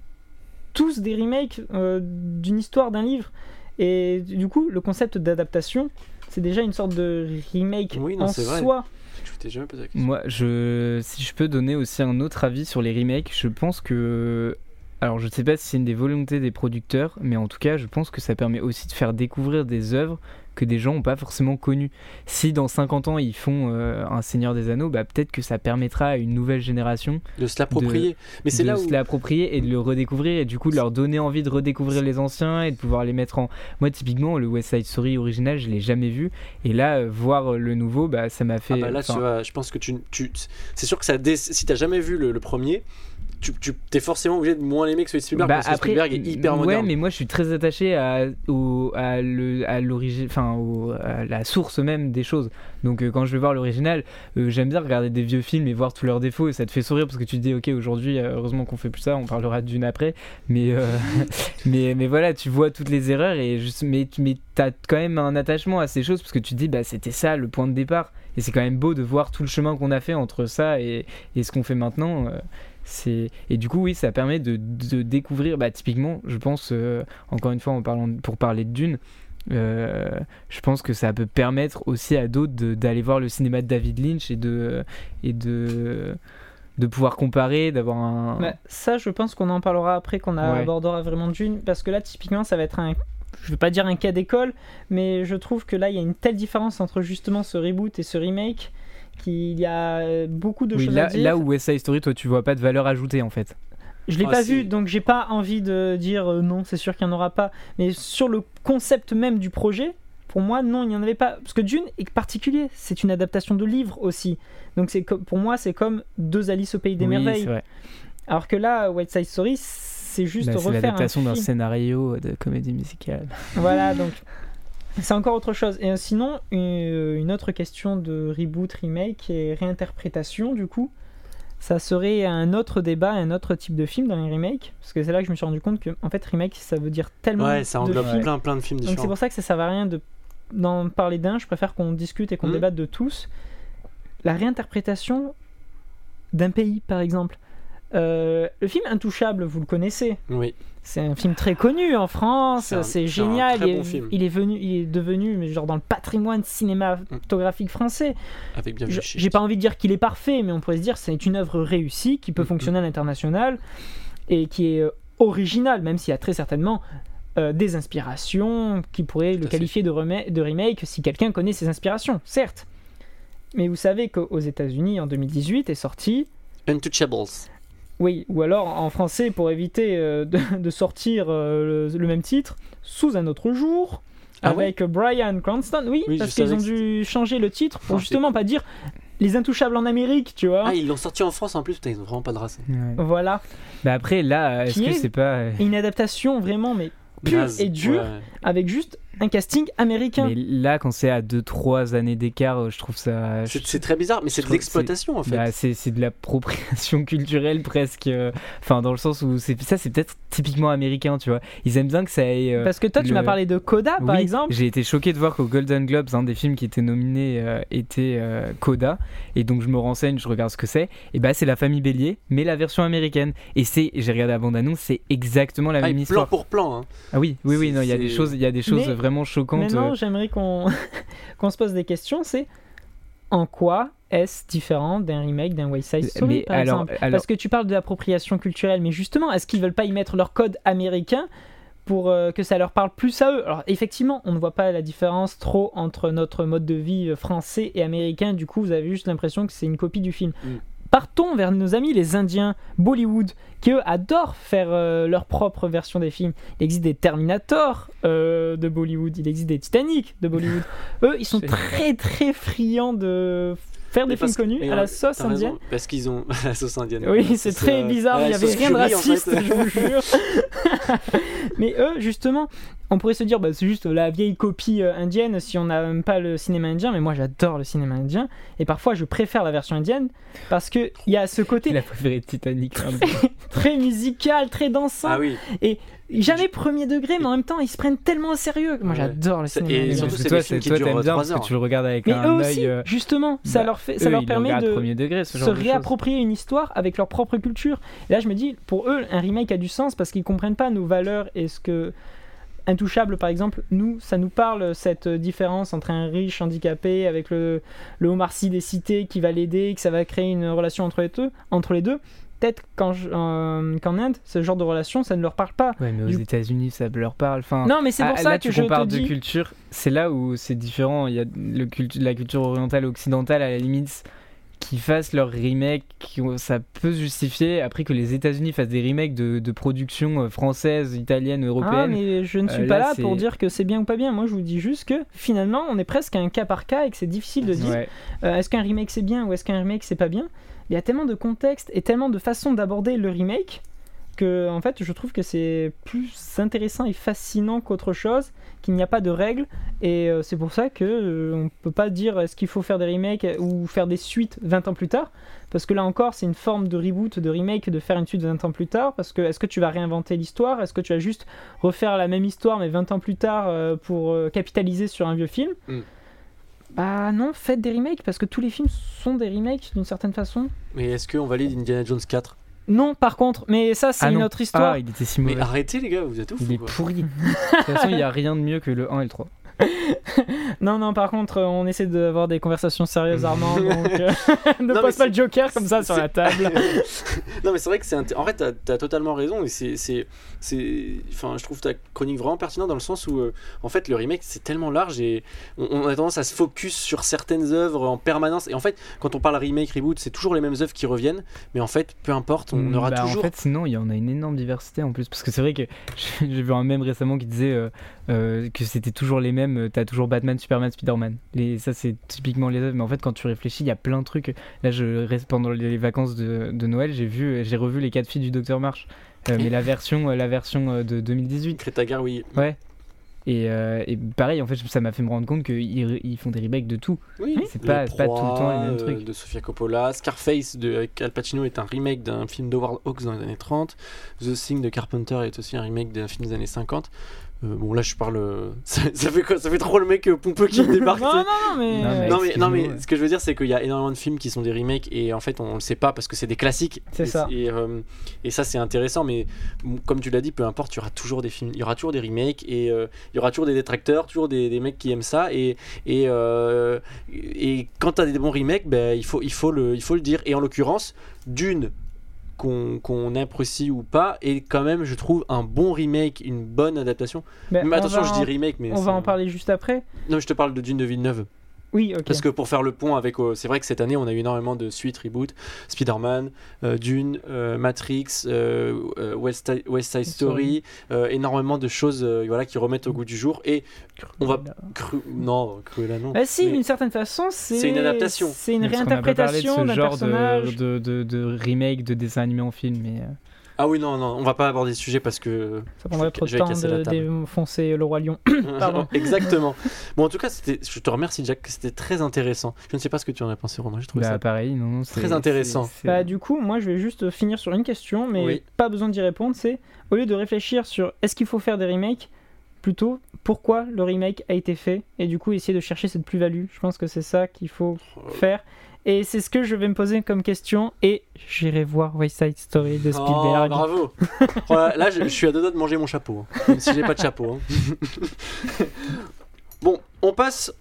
tous des remakes euh, d'une histoire, d'un livre. Et du coup, le concept d'adaptation, c'est déjà une sorte de remake Oui, non, en c'est vrai. soi. Je t'ai jamais posé la question. Moi, je, si je peux donner aussi un autre avis sur les remakes, je pense que. Alors, je ne sais pas si c'est une des volontés des producteurs, mais en tout cas, je pense que ça permet aussi de faire découvrir des œuvres que des gens n'ont pas forcément connues. Si dans cinquante ans, ils font euh, un Seigneur des Anneaux, bah, peut-être que ça permettra à une nouvelle génération De se l'approprier. Mais c'est de là où. se l'approprier et de le redécouvrir et du coup de leur donner envie de redécouvrir les anciens et de pouvoir les mettre en... Moi, typiquement, le West Side Story original, je l'ai jamais vu. Et là, euh, voir le nouveau, bah, ça m'a fait... Ah bah là, enfin, tu vois, je pense que tu, tu c'est sûr que ça dé... si t'as jamais vu le, le premier, tu, tu es forcément obligé de moins l'aimer que celui de Spielberg bah, parce que après, Spielberg est hyper ouais, moderne. mais moi je suis très attaché à, au, à, le, à l'origine, enfin au- à la source même des choses. Donc euh, quand je vais voir l'original, euh, j'aime bien regarder des vieux films et voir tous leurs défauts et ça te fait sourire parce que tu te dis ok aujourd'hui euh, heureusement qu'on fait plus ça, on parlera d'une après, mais euh, mais mais voilà tu vois toutes les erreurs et juste mais mais t'as quand même un attachement à ces choses parce que tu te dis bah c'était ça le point de départ et c'est quand même beau de voir tout le chemin qu'on a fait entre ça et, et ce qu'on fait maintenant. euh, C'est... Et du coup, oui, ça permet de, de découvrir, bah, typiquement, je pense, euh, encore une fois, en parlant, pour parler de Dune, euh, je pense que ça peut permettre aussi à d'autres de, d'aller voir le cinéma de David Lynch et de, et de, de pouvoir comparer, d'avoir un... Bah, ça, je pense qu'on en parlera après, qu'on Ouais. abordera vraiment Dune, parce que là, typiquement, ça va être un, je veux pas dire un cas d'école, mais je trouve que là, il y a une telle différence entre justement ce reboot et ce remake qu'il y a beaucoup de Oui, choses là, à dire. là où West Side Story, toi, tu vois pas de valeur ajoutée, en fait. Je l'ai Ah, pas si. vu, donc j'ai pas envie de dire euh, non, c'est sûr qu'il n'y en aura pas. Mais sur le concept même du projet, pour moi, non, il n'y en avait pas. Parce que Dune est particulier, c'est une adaptation de livre aussi. Donc c'est co- pour moi, c'est comme deux Alice au Pays des Oui, Merveilles. c'est vrai. Alors que là, West Side Story, c'est juste Bah, c'est refaire un l'adaptation d'un film. scénario de comédie musicale. Voilà, donc c'est encore autre chose. Et euh, sinon, une, une autre question de reboot, remake et réinterprétation, du coup, ça serait un autre débat, un autre type de film dans les remakes. Parce que c'est là que je me suis rendu compte que, en fait, remake, ça veut dire tellement Ouais, ça de englobe films. plein plein de films Donc c'est différents. pour ça que ça sert à rien de, d'en parler d'un. Je préfère qu'on discute et qu'on Mhm. débatte de tous. La réinterprétation d'un pays, par exemple. Euh, le film Intouchable, vous le connaissez. Oui. C'est un film très connu en France, C'est un- c'est c'est un génial. très il, bon est, film. il est venu, il est devenu mais genre dans le patrimoine cinématographique français. Avec Bienvenue Je- chez J'ai pas envie de dire qu'il est parfait, mais on pourrait se dire que c'est une œuvre réussie qui peut Mhm. fonctionner à l'international et qui est euh, originale, même s'il y a très certainement euh, des inspirations qui pourraient Tout le à fait. qualifier de, rema- de remake si quelqu'un connaît ses inspirations, certes. Mais vous savez qu'aux États-Unis en deux mille dix-huit est sorti. Untouchables. Oui, ou alors en français, pour éviter euh, de, de sortir euh, le, le même titre, Sous un autre jour, Ah avec Bryan Cranston. Oui, Oui, parce je qu'ils savais ont que dû changer le titre pour Ah, justement pas dire Les Intouchables en Amérique, tu vois. Ah, ils l'ont sorti en France en plus, putain, ils ont vraiment pas de race. Ouais. Voilà. Bah après, là, est-ce Qui que est- c'est pas... euh, Et une adaptation vraiment, mais pure Naze, et dure, ouais. avec juste un casting américain. Mais là, quand c'est à deux trois années d'écart, euh, je trouve ça... C'est je- c'est très bizarre, mais c'est de trouve- l'exploitation en fait. Bah, c'est, c'est de l'appropriation culturelle presque. euh, Enfin, dans le sens où c'est, ça, c'est peut-être typiquement américain, tu vois. Ils aiment bien que ça ait. euh, Parce que toi, tu le- m'as parlé de Coda, par oui, exemple. j'ai été choqué de voir qu'au Golden Globes, un des films qui était nominé euh, était euh, Coda. Et donc, je me renseigne, je regarde ce que c'est. Et bah, c'est La Famille Bélier, mais la version américaine. Et c'est, j'ai regardé la bande-annonce, c'est exactement la Ah, même et plan histoire. pour plan. Hein. Ah oui, oui, oui, non, il y a C'est- des choses, il y a des choses Mais- vraiment choquantes. Maintenant, euh, j'aimerais qu'on qu'on se pose des questions. C'est en quoi est-ce différent d'un remake d'un West Side Story, mais par alors- exemple alors- Parce que tu parles de l'appropriation culturelle, mais justement, est-ce qu'ils veulent pas y mettre leur code américain pour euh, que ça leur parle plus à eux. Alors effectivement, on ne voit pas la différence trop entre notre mode de vie français et américain, du coup vous avez juste l'impression que c'est une copie du film. Mm. Partons vers nos amis les Indiens, Bollywood, qui eux adorent faire euh, leur propre version des films. Il existe des Terminator euh, de Bollywood, il existe des Titanic de Bollywood. Eux, ils sont très très friands de faire des films connus à la sauce indienne. Raison, parce qu'ils ont la sauce indienne. Oui, c'est, c'est très euh... bizarre, il n'y avait rien de raciste, en fait. Je vous jure. Mais eux, justement, on pourrait se dire, bah, c'est juste la vieille copie euh, indienne si on n'aime pas le cinéma indien, mais moi j'adore le cinéma indien, et parfois je préfère la version indienne, parce qu'il y a ce côté... Il a préféré Titanic. Très musical, très dansant, ah, oui. et jamais premier degré, mais en même temps ils se prennent tellement au sérieux. Moi j'adore le cinéma et indien. Et surtout c'est toi, des films qui toi, durent t'aimes bien trois parce heures. Que tu le regardes avec mais un eux œil... aussi, euh... justement, ça bah, leur, fait, ça eux, leur permet de premier degré, ce genre se de réapproprier une histoire avec leur propre culture. Et là je me dis, pour eux, un remake a du sens parce qu'ils comprennent pas nos valeurs et ce que... Intouchable par exemple, nous, ça nous parle cette différence entre un riche handicapé avec le, le Omar Sy des cités qui va l'aider, que ça va créer une relation entre les deux. Entre les deux. Peut-être qu'en, euh, qu'en Inde, ce genre de relation, ça ne leur parle pas. Ouais, mais aux du... États-Unis, ça leur parle. Enfin, non, mais c'est pour ah, ça là, que tu je compares te de dis. Culture, c'est là où c'est différent. Il y a le cultu- la culture orientale et occidentale, à la limite, qui fassent leurs remakes, qui, ça peut se justifier. Après que les États-Unis fassent des remakes de, de productions françaises, italiennes, européennes. Ah, mais je ne suis euh, pas là, là c'est... pour dire que c'est bien ou pas bien. Moi, je vous dis juste que finalement, on est presque à un cas par cas et que c'est difficile de dire ouais. euh, est-ce qu'un remake c'est bien ou est-ce qu'un remake c'est pas bien. Il y a tellement de contexte et tellement de façons d'aborder le remake que, en fait, je trouve que c'est plus intéressant et fascinant qu'autre chose, qu'il n'y a pas de règles, et euh, c'est pour ça que euh, on peut pas dire est-ce qu'il faut faire des remakes ou faire des suites vingt ans plus tard, parce que là encore, c'est une forme de reboot, de remake, de faire une suite vingt ans plus tard, parce que est-ce que tu vas réinventer l'histoire, est-ce que tu vas juste refaire la même histoire mais vingt ans plus tard euh, pour euh, capitaliser sur un vieux film. Mm. Bah non, faites des remakes, parce que tous les films sont des remakes d'une certaine façon. Mais est-ce qu'on valide Indiana Jones quatre ? Non, par contre, mais ça c'est ah une non. autre histoire. Ah, il était si mauvais. Mais arrêtez les gars, vous êtes ouf. Il est quoi. pourri. De toute façon, il n'y a rien de mieux que le un et le trois. non, non, par contre, on essaie d'avoir des conversations sérieuses, Armand, donc euh, ne non, pose pas c'est... le joker comme ça c'est... sur la table. non, mais c'est vrai que c'est... Int... En fait, t'as, t'as totalement raison, et c'est... c'est... c'est... Enfin, je trouve ta chronique vraiment pertinente dans le sens où, euh, en fait, le remake, c'est tellement large, et on, on a tendance à se focus sur certaines œuvres en permanence, et en fait, quand on parle remake, reboot, c'est toujours les mêmes œuvres qui reviennent, mais en fait, peu importe, on aura bah, toujours... En fait, sinon, il y en a une énorme diversité en plus, parce que c'est vrai que j'ai vu un mème récemment qui disait euh, euh, que c'était toujours les mêmes, t'as toujours Batman, Superman, Spider-Man. Les, ça, c'est typiquement les œuvres. Mais en fait, quand tu réfléchis, il y a plein de trucs. Là, je reste pendant les vacances de, de Noël, j'ai vu, j'ai revu les quatre filles du Docteur March, euh, mais la version, la version de deux mille dix-huit. Greta Garbo, oui. Ouais. Et, euh, et pareil, en fait, ça m'a fait me rendre compte qu'ils ils font des remakes de tout. Oui. C'est pas, c'est pas tout le temps les mêmes euh, trucs. De Sofia Coppola, Scarface de avec Al Pacino est un remake d'un film d'Howard Hawks dans les années trente. The Thing de Carpenter est aussi un remake d'un film des années cinquante. Euh, bon là je parle euh, ça, ça fait quoi ça fait trop le mec euh, pompeux qui débarque. non, non non mais non mais, non mais, non, mais ce que je veux dire c'est qu'il y a énormément de films qui sont des remakes et en fait on le sait pas parce que c'est des classiques. C'est et, ça. Et, euh, et ça c'est intéressant mais comme tu l'as dit peu importe il y aura toujours des films il y aura toujours des remakes et euh, il y aura toujours des détracteurs toujours des, des mecs qui aiment ça et et, euh, et quand t'as des bons remakes ben il faut il faut le il faut le dire et en l'occurrence Dune Qu'on, qu'on apprécie ou pas, et quand même je trouve un bon remake, une bonne adaptation. Ben, mais attention, je dis en... remake, mais on c'est... va en parler juste après. Non, je te parle de Dune de Villeneuve. Oui, ok. Parce que pour faire le pont avec, euh, c'est vrai que cette année on a eu énormément de suites, reboot, Spider-Man, euh, Dune, euh, Matrix, euh, euh, West, West Side Story, euh, énormément de choses, euh, voilà, qui remettent au goût du jour. Et on va cru... non, Cruella non. Ah si, mais... d'une certaine façon, c'est, c'est une adaptation. C'est une Parce réinterprétation qu'on a pas parlé de ce d'un genre personnage. de, de, de, de remake de dessin animé en film, mais. Euh... Ah oui, non, non, on va pas aborder ce sujet parce que ça prendrait trop de temps de défoncer le Roi Lion. Pardon. Exactement. Bon, en tout cas, c'était... je te remercie, Jack, c'était très intéressant. Je ne sais pas ce que tu en as pensé, Romain. J'ai trouvé bah, ça pareil, non, non, c'est très intéressant. C'est, c'est... Bah, du coup, moi, je vais juste finir sur une question, mais oui. pas besoin d'y répondre. C'est au lieu de réfléchir sur est-ce qu'il faut faire des remakes, plutôt pourquoi le remake a été fait, et du coup essayer de chercher cette plus-value. Je pense que c'est ça qu'il faut faire. Et c'est ce que je vais me poser comme question, et j'irai voir West Side Story de Spielberg. Oh, bravo. Voilà, là, je, je suis à deux doigts de manger mon chapeau, hein, même si j'ai pas de chapeau. Hein. Bon, on passe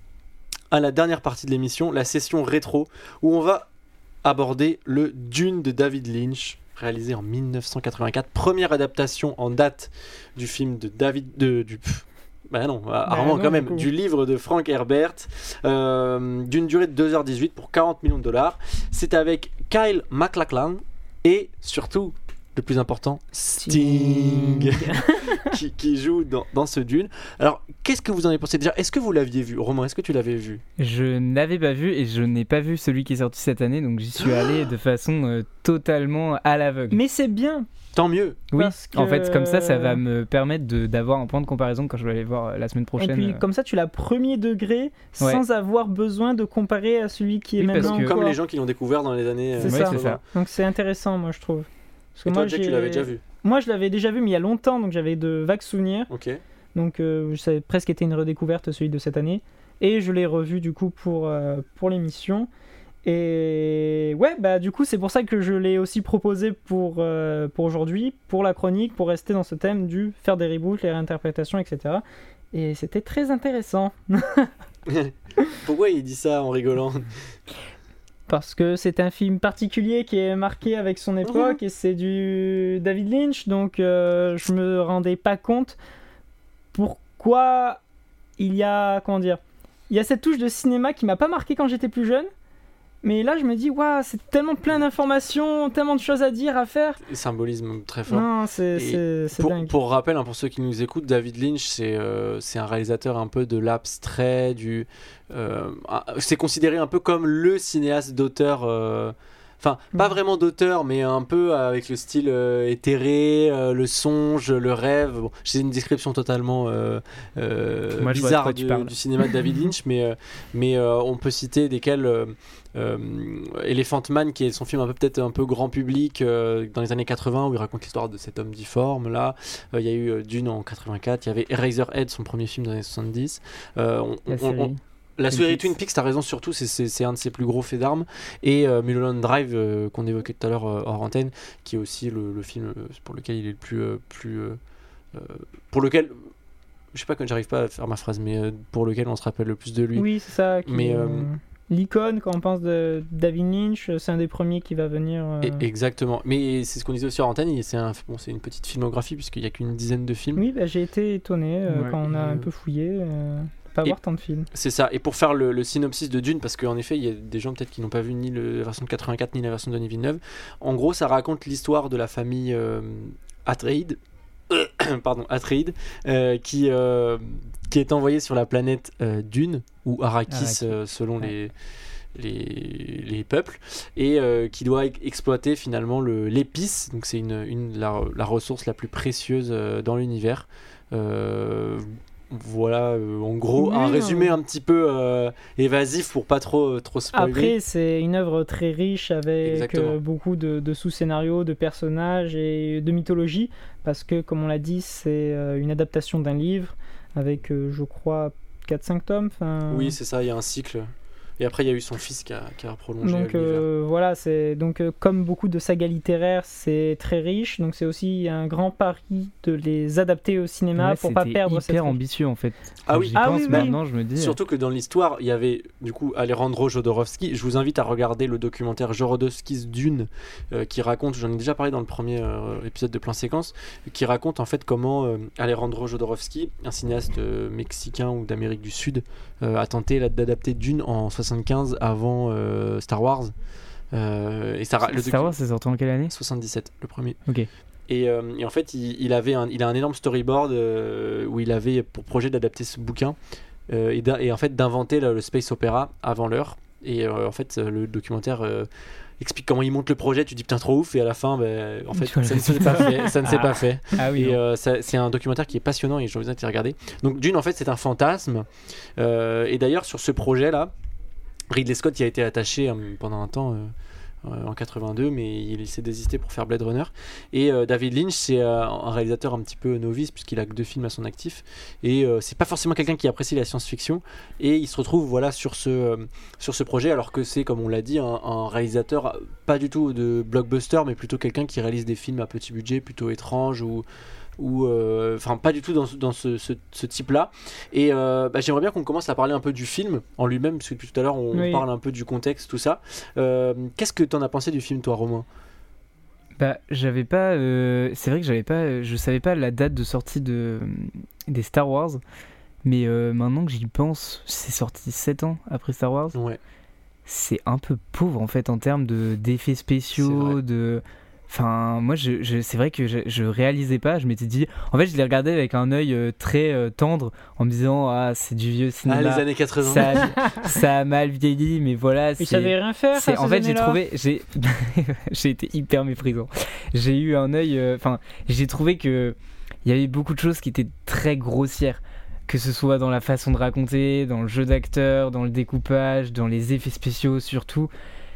à la dernière partie de l'émission, la session rétro, où on va aborder le Dune de David Lynch. réalisé en dix-neuf cent quatre-vingt-quatre, première adaptation en date du film de David de du pff, bah non, Armand non, quand du même, coup. du livre de Frank Herbert, euh, d'une durée de deux heures dix-huit pour quarante millions de dollars. C'est avec Kyle MacLachlan et surtout, le plus important, Sting, qui, qui joue dans, dans ce Dune. Alors, qu'est-ce que vous en avez pensé déjà? Est-ce que vous l'aviez vu? Romain, est-ce que tu l'avais vu? Je ne l'avais pas vu et je n'ai pas vu celui qui est sorti cette année, donc j'y suis allé de façon euh, totalement à l'aveugle. Mais c'est bien. Tant mieux. Oui, parce en fait, que- comme ça, ça va me permettre de, d'avoir un point de comparaison quand je vais aller voir euh, la semaine Et prochaine. puis euh. comme ça, tu l'as premier degré Ouais. sans avoir besoin de comparer à celui qui est Oui, parce maintenant. que- Comme encore. les gens qui l'ont découvert dans les années... C'est euh, ça. quatre-vingts. c'est ça. Donc c'est intéressant, moi je trouve. Parce que Et toi, moi, Jack, tu j'ai- l'avais déjà vu? Moi, je l'avais déjà vu, mais il y a longtemps, donc j'avais de vagues souvenirs. Ok. Donc euh, ça a presque été une redécouverte, celui de cette année. Et je l'ai revu du coup pour, euh, pour l'émission. Et ouais, bah du coup, c'est pour ça que je l'ai aussi proposé pour, euh, pour aujourd'hui, pour la chronique, pour rester dans ce thème du faire des reboots, les réinterprétations, et cetera. Et c'était très intéressant. Pourquoi il dit ça en rigolant? Parce que c'est un film particulier qui est marqué avec son époque et c'est du David Lynch, donc euh, je me rendais pas compte pourquoi il y a, comment dire, il y a cette touche de cinéma qui m'a pas marqué quand j'étais plus jeune, mais là je me dis waouh, c'est tellement plein d'informations, tellement de choses à dire, à faire. Symbolisme très fort. Non, c'est Et c'est c'est Pour, dingue. pour rappel, hein, pour ceux qui nous écoutent, David Lynch, c'est euh, c'est un réalisateur un peu de l'abstrait, du, euh, ah, c'est considéré un peu comme le cinéaste d'auteur. euh, Enfin, pas Mhm. vraiment d'auteur, mais un peu avec le style euh, éthéré, euh, le songe, le rêve. Bon, c'est une description totalement euh, euh, Moi, je vois de bizarre quoi tu de- parles. du cinéma de David Lynch, mais, euh, mais euh, on peut citer desquels euh, euh, Elephant Man, qui est son film un peu peut-être un peu grand public euh, dans les années quatre-vingts, où il raconte l'histoire de cet homme difforme. Là, Euh, il y a eu euh, Dune en quatre-vingt-quatre, il y avait Eraserhead, son premier film dans les années soixante-dix. Euh, on- La on- série. on- la Twin série Peaks. Twin Peaks, t'as raison, surtout, c'est- c'est c'est un de ses plus gros faits d'armes. Et euh, Mulholland Drive, euh, qu'on évoquait tout à l'heure euh, hors antenne, qui est aussi le, le film euh, pour lequel il est le plus. euh, plus euh, euh, pour lequel. Je sais pas quand j'arrive pas à faire ma phrase, mais euh, pour lequel on se rappelle le plus de lui. Oui, c'est ça. qui- Mais, euh, l'icône quand on pense de David Lynch, c'est un des premiers qui va venir. euh, Et- exactement. Mais c'est ce qu'on disait aussi hors antenne, il- c'est un, bon, c'est une petite filmographie, puisqu'il y a qu'une dizaine de films. Oui, bah, j'ai été étonné euh, Ouais, quand on a et, un euh, peu fouillé. Euh, pas et- voir tant de films. C'est ça. Et pour faire le, le synopsis de Dune, parce qu'en effet, il y a des gens peut-être qui n'ont pas vu ni le- la version de quatre-vingt-quatre ni la version de Denis Villeneuve. En gros, ça raconte l'histoire de la famille euh, Atreides, pardon, Atreides, euh, qui euh, qui est envoyée sur la planète euh, Dune ou Arrakis, Arrakis. euh, selon Ouais. les les, les peuples, et euh, qui doit e- exploiter finalement le, l'épice, donc c'est une, une, la, la ressource la plus précieuse euh, dans l'univers. Euh, voilà, euh, en gros, Oui, un non, résumé mais- un petit peu euh, évasif pour pas trop, euh, trop spoiler. Après, c'est une œuvre très riche avec Exactement. euh, beaucoup de, de sous-scénarios, de personnages et de mythologie. Parce que, comme on l'a dit, c'est euh, une adaptation d'un livre avec, euh, je crois, quatre cinq tomes. 'fin- Oui, c'est ça, il y a un cycle. Et après, il y a eu son fils qui a, qui a prolongé Donc l'univers. euh, voilà, c'est donc euh, comme beaucoup de sagas littéraires, c'est très riche. Donc c'est aussi un grand pari de les adapter au cinéma Ouais, pour pas c'était perdre cette hyper ambitieux en fait. Ah Quand oui. j'y Ah pense oui, oui. maintenant, je me dis. Surtout que dans l'histoire, il y avait du coup Alejandro Jodorowsky. Je vous invite à regarder le documentaire Jodorowsky's Dune, euh, qui raconte, j'en ai déjà parlé dans le premier euh, épisode de Plan Séquence, qui raconte en fait comment euh, Alejandro Jodorowsky, un cinéaste euh, mexicain ou d'Amérique du Sud, euh, a tenté là, d'adapter Dune en soixante-quinze avant euh, Star Wars. Euh, et ça, ra- le Star docu- Wars, c'est sorti en quelle année? soixante-dix-sept, le premier. Ok. Et, euh, et en fait, il, il avait un, il a un énorme storyboard euh, où il avait pour projet d'adapter ce bouquin euh, et, d'in- et en fait d'inventer là, le space opéra avant l'heure. Et euh, en fait, le documentaire euh, explique comment il monte le projet. Tu dis putain trop ouf, et à la fin, ben, en fait, Tu vois ça le ne s'est pas fait. Ça ne s'est Ah. pas fait. Ah oui. Et non. euh, ça- c'est un documentaire qui est passionnant et j'ai envie de regarder. Donc Dune, en fait, c'est un fantasme. Euh, et d'ailleurs, sur ce projet-là, Ridley Scott y a été attaché euh, pendant un temps. euh, euh, en quatre-vingt-deux, mais il s'est désisté pour faire Blade Runner. Et euh, David Lynch, c'est euh, un réalisateur un petit peu novice puisqu'il a que deux films à son actif. Et euh, c'est pas forcément quelqu'un qui apprécie la science-fiction. Et il se retrouve voilà sur ce euh, sur ce projet, alors que c'est, comme on l'a dit, un, un réalisateur pas du tout de blockbuster, mais plutôt quelqu'un qui réalise des films à petit budget, plutôt étranges ou ou enfin pas du tout dans, ce- dans ce, ce, ce type-là. Et euh, bah, j'aimerais bien qu'on commence à parler un peu du film en lui-même, parce que depuis tout à l'heure on Oui. parle un peu du contexte, tout ça. Euh, Qu'est-ce que t'en as pensé du film, toi, Romain? Bah, j'avais pas. euh, C'est vrai que j'avais pas. Je savais pas la date de sortie de des Star Wars, mais euh, maintenant que j'y pense, c'est sorti sept ans après Star Wars. Ouais. C'est un peu pauvre en fait en termes de d'effets spéciaux, de. Enfin, moi, je, je, c'est vrai que je, je réalisais pas. Je m'étais dit, en fait, je l'ai regardé avec un œil euh, très euh, tendre, en me disant, ah, c'est du vieux cinéma. Ah, les années quatre-vingts. Ça, a- ça a mal vieilli, mais voilà. Ils c'est- savaient rien faire. c'est, à en ces fait, j'ai années-là. trouvé, j'ai, j'ai été hyper méprisant. J'ai eu un œil, enfin, j'ai trouvé que il y avait beaucoup de choses qui étaient très grossières, que ce soit dans la façon de raconter, dans le jeu d'acteur, dans le découpage, dans les effets spéciaux surtout.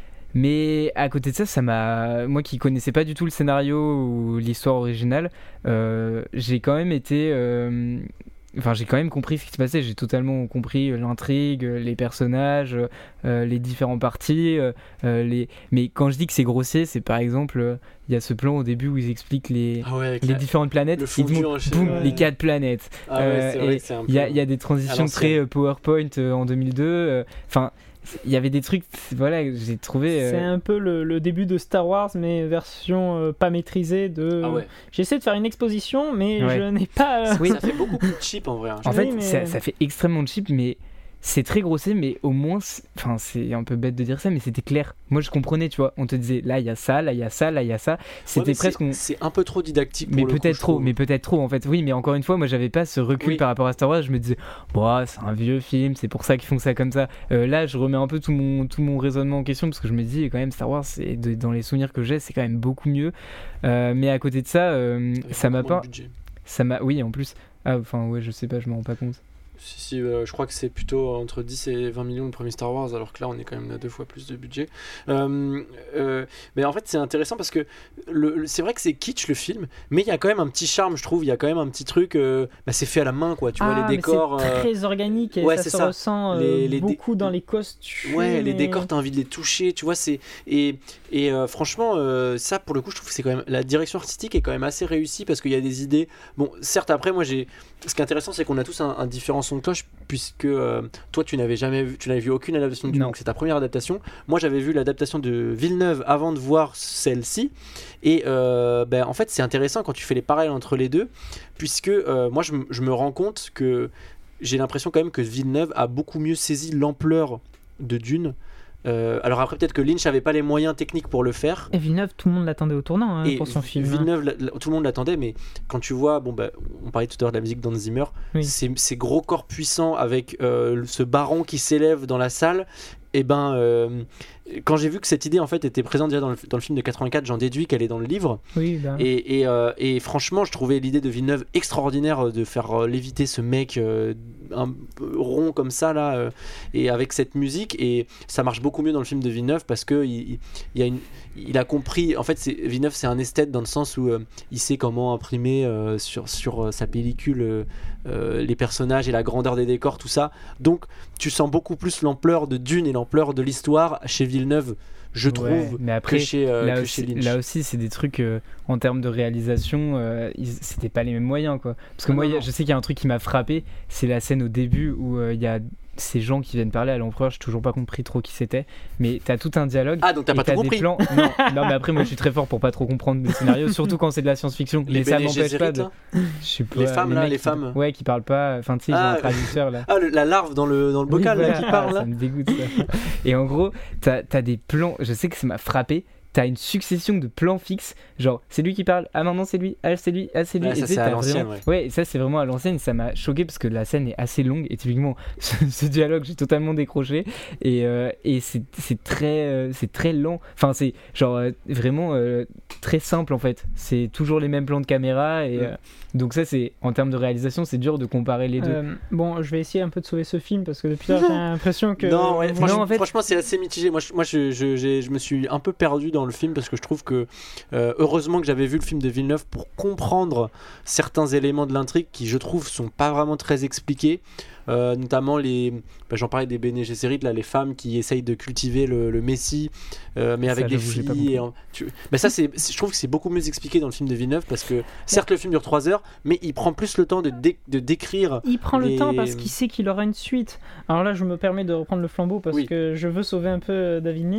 Mais à côté de ça, ça m'a, moi qui connaissais pas du tout le scénario ou l'histoire originale, euh, j'ai quand même été, euh, enfin j'ai quand même compris ce qui se passait. J'ai totalement compris euh, l'intrigue, euh, les personnages, euh, les différents partis. euh, euh, les... Mais quand je dis que c'est grossier, c'est par exemple, euh, il y a ce plan au début où ils expliquent les, Ah ouais, avec les la- différentes planètes. le Ils fondu te montrent, enchaîné. boum, Ouais. les quatre planètes. Ah ouais, Euh, c'est vrai et que c'est un Il y a, peu- il y a des à transitions l'ancienne. très euh, PowerPoint euh, en deux mille deux. euh, Enfin, il y avait des trucs, voilà, que j'ai trouvé. euh, C'est un peu le, le début de Star Wars, mais version euh, pas maîtrisée. De... Ah ouais. J'essaie de faire une exposition, mais Ouais. je n'ai pas. euh, Oui. Ça fait beaucoup plus cheap en vrai. hein. En Oui, fait, mais- ça, ça fait extrêmement cheap, mais c'est très grossier, mais au moins, c'est- enfin, c'est un peu bête de dire ça, mais c'était clair. Moi, je comprenais, tu vois. On te disait, là, il y a ça, là, il y a ça, là, il y a ça. Ouais, C'était mais presque. c'est- on- C'est un peu trop didactique. Pour Mais le coup, peut-être je trop, trouve. mais peut-être trop en fait. Oui, mais encore une fois, moi j'avais pas ce recul Oui. par rapport à Star Wars. Je me disais, bon, c'est un vieux film, c'est pour ça qu'ils font ça comme ça. Euh, là, je remets un peu tout mon, tout mon raisonnement en question parce que je me dis, quand même, Star Wars, c'est de- dans les souvenirs que j'ai, c'est quand même beaucoup mieux. Euh, mais à côté de ça, euh, Avec ça m'a beaucoup moins pas. de budget. Ça m'a. Oui, en plus. Ah, enfin, ouais, je sais pas, je m'en rends pas compte. Si, si, euh, je crois que c'est plutôt entre dix et vingt millions le premier Star Wars, alors que là on est quand même à deux fois plus de budget. Euh, euh, mais en fait c'est intéressant parce que le, le- c'est vrai que c'est kitsch le film, mais il y a quand même un petit charme, je trouve. Il y a quand même un petit truc, euh, bah, c'est fait à la main quoi. Tu vois Ah, les mais décors. c'est euh, très organique et ouais, ça c'est se ça. ressent euh, Les- les dé- beaucoup dans les costumes. Ouais, les et- décors, t'as envie de les toucher, tu vois, c'est... Et, et euh, franchement, euh, ça, pour le coup, je trouve que c'est quand même... La direction artistique est quand même assez réussie, parce qu'il y a des idées... Bon, certes, après, moi, j'ai... Ce qui est intéressant, c'est qu'on a tous un, un différent son de cloche, puisque euh, toi, tu n'avais jamais vu... Tu n'avais vu aucune adaptation du Non. donc c'est ta première adaptation. Moi, j'avais vu l'adaptation de Villeneuve avant de voir celle-ci. Et euh, ben, en fait, c'est intéressant quand tu fais les parallèles entre les deux, puisque euh, moi, je, m- je me rends compte que... J'ai l'impression quand même que Villeneuve a beaucoup mieux saisi l'ampleur de Dune. Euh, alors après peut-être que Lynch avait pas les moyens techniques pour le faire. Et Villeneuve, tout le monde l'attendait au tournant hein, Et pour son film. hein. Villeneuve, la- la- tout le monde l'attendait, mais quand tu vois, bon bah, on parlait tout à l'heure de la musique d'Hans Zimmer, Oui. ces, ces gros corps puissants avec euh, ce baron qui s'élève dans la salle, et ben euh, quand j'ai vu que cette idée en fait était présente déjà dans le, dans le film de quatre-vingt-quatre, j'en déduis qu'elle est dans le livre. Oui, bah. Et, et, euh, et franchement, je trouvais l'idée de Villeneuve extraordinaire euh, de faire euh, léviter ce mec euh, un peu rond comme ça là, euh, et avec cette musique. Et ça marche beaucoup mieux dans le film de Villeneuve parce que il, il, il y a une, il a compris. En fait, c'est, Villeneuve, c'est un esthète dans le sens où euh, il sait comment imprimer euh, sur sur euh, sa pellicule euh, euh, les personnages et la grandeur des décors, tout ça. Donc, tu sens beaucoup plus l'ampleur de Dune et l'ampleur de l'histoire chez Villeneuve, je trouve, Ouais, mais après, que chez, euh, là, que aussi, chez Lynch. là aussi, c'est des trucs euh, en termes de réalisation, euh, ils- c'était pas les mêmes moyens quoi. Parce que Ah moi, non, il y a- non. je sais qu'il y a un truc qui m'a frappé, c'est la scène au début où euh, il y a ces gens qui viennent parler à l'empereur, j'ai toujours pas compris trop qui c'était, mais t'as tout un dialogue. Ah, donc t'as et pas tout des compris. plans. Non, non, mais après, moi je suis très fort pour pas trop comprendre les scénarios, surtout quand c'est de la science-fiction. Les mais ça Bene m'empêche pas Gesserit, de. là. Je sais pas, Les femmes, là, mecs les qui- femmes. Ouais, qui parlent pas. Enfin, tu sais, ils Ah, ont un traducteur là. Ah, le- la larve dans le, dans le bocal Oui, là, voilà. qui parle Ah, là. ça me dégoûte ça. Et en gros, t'as as des plans, je sais que ça m'a frappé. T'as une succession de plans fixes, genre c'est lui qui parle, ah non non c'est lui, ah c'est lui, ah c'est lui. Ouais, Et ça, tu sais, c'est à t'as l'ancienne, vraiment- ouais, et ça c'est vraiment à l'ancienne, ça m'a choqué parce que la scène est assez longue et typiquement ce, ce dialogue j'ai totalement décroché et, euh, et c'est c'est très euh, c'est très lent. Enfin c'est genre euh, vraiment euh, très simple en fait. C'est toujours les mêmes plans de caméra et Mm. euh, donc ça c'est en termes de réalisation c'est dur de comparer les deux. Euh, bon, je vais essayer un peu de sauver ce film parce que depuis là, j'ai l'impression que. Non, ouais, franchement, en fait- franchement, c'est assez mitigé. Moi, je, moi je, je, j'ai- je me suis un peu perdu dans le film parce que je trouve que euh, heureusement que j'avais vu le film de Villeneuve pour comprendre certains éléments de l'intrigue qui, je trouve, sont pas vraiment très expliqués. Euh, notamment les, bah, j'en parlais des Bene Gesserit, là, les femmes qui essayent de cultiver le, le Messie, euh, mais Ça, avec des j'avoue, j'ai pas filles. Et en- tu- bah, ça, c'est, c'est- je trouve que c'est beaucoup mieux expliqué dans le film de Villeneuve parce que certes le film dure trois heures, mais il prend plus le temps de, dé- de décrire. Il prend les- le temps parce qu'il sait qu'il aura une suite. Alors là, je me permets de reprendre le flambeau parce Oui. que je veux sauver un peu euh, David Lynch.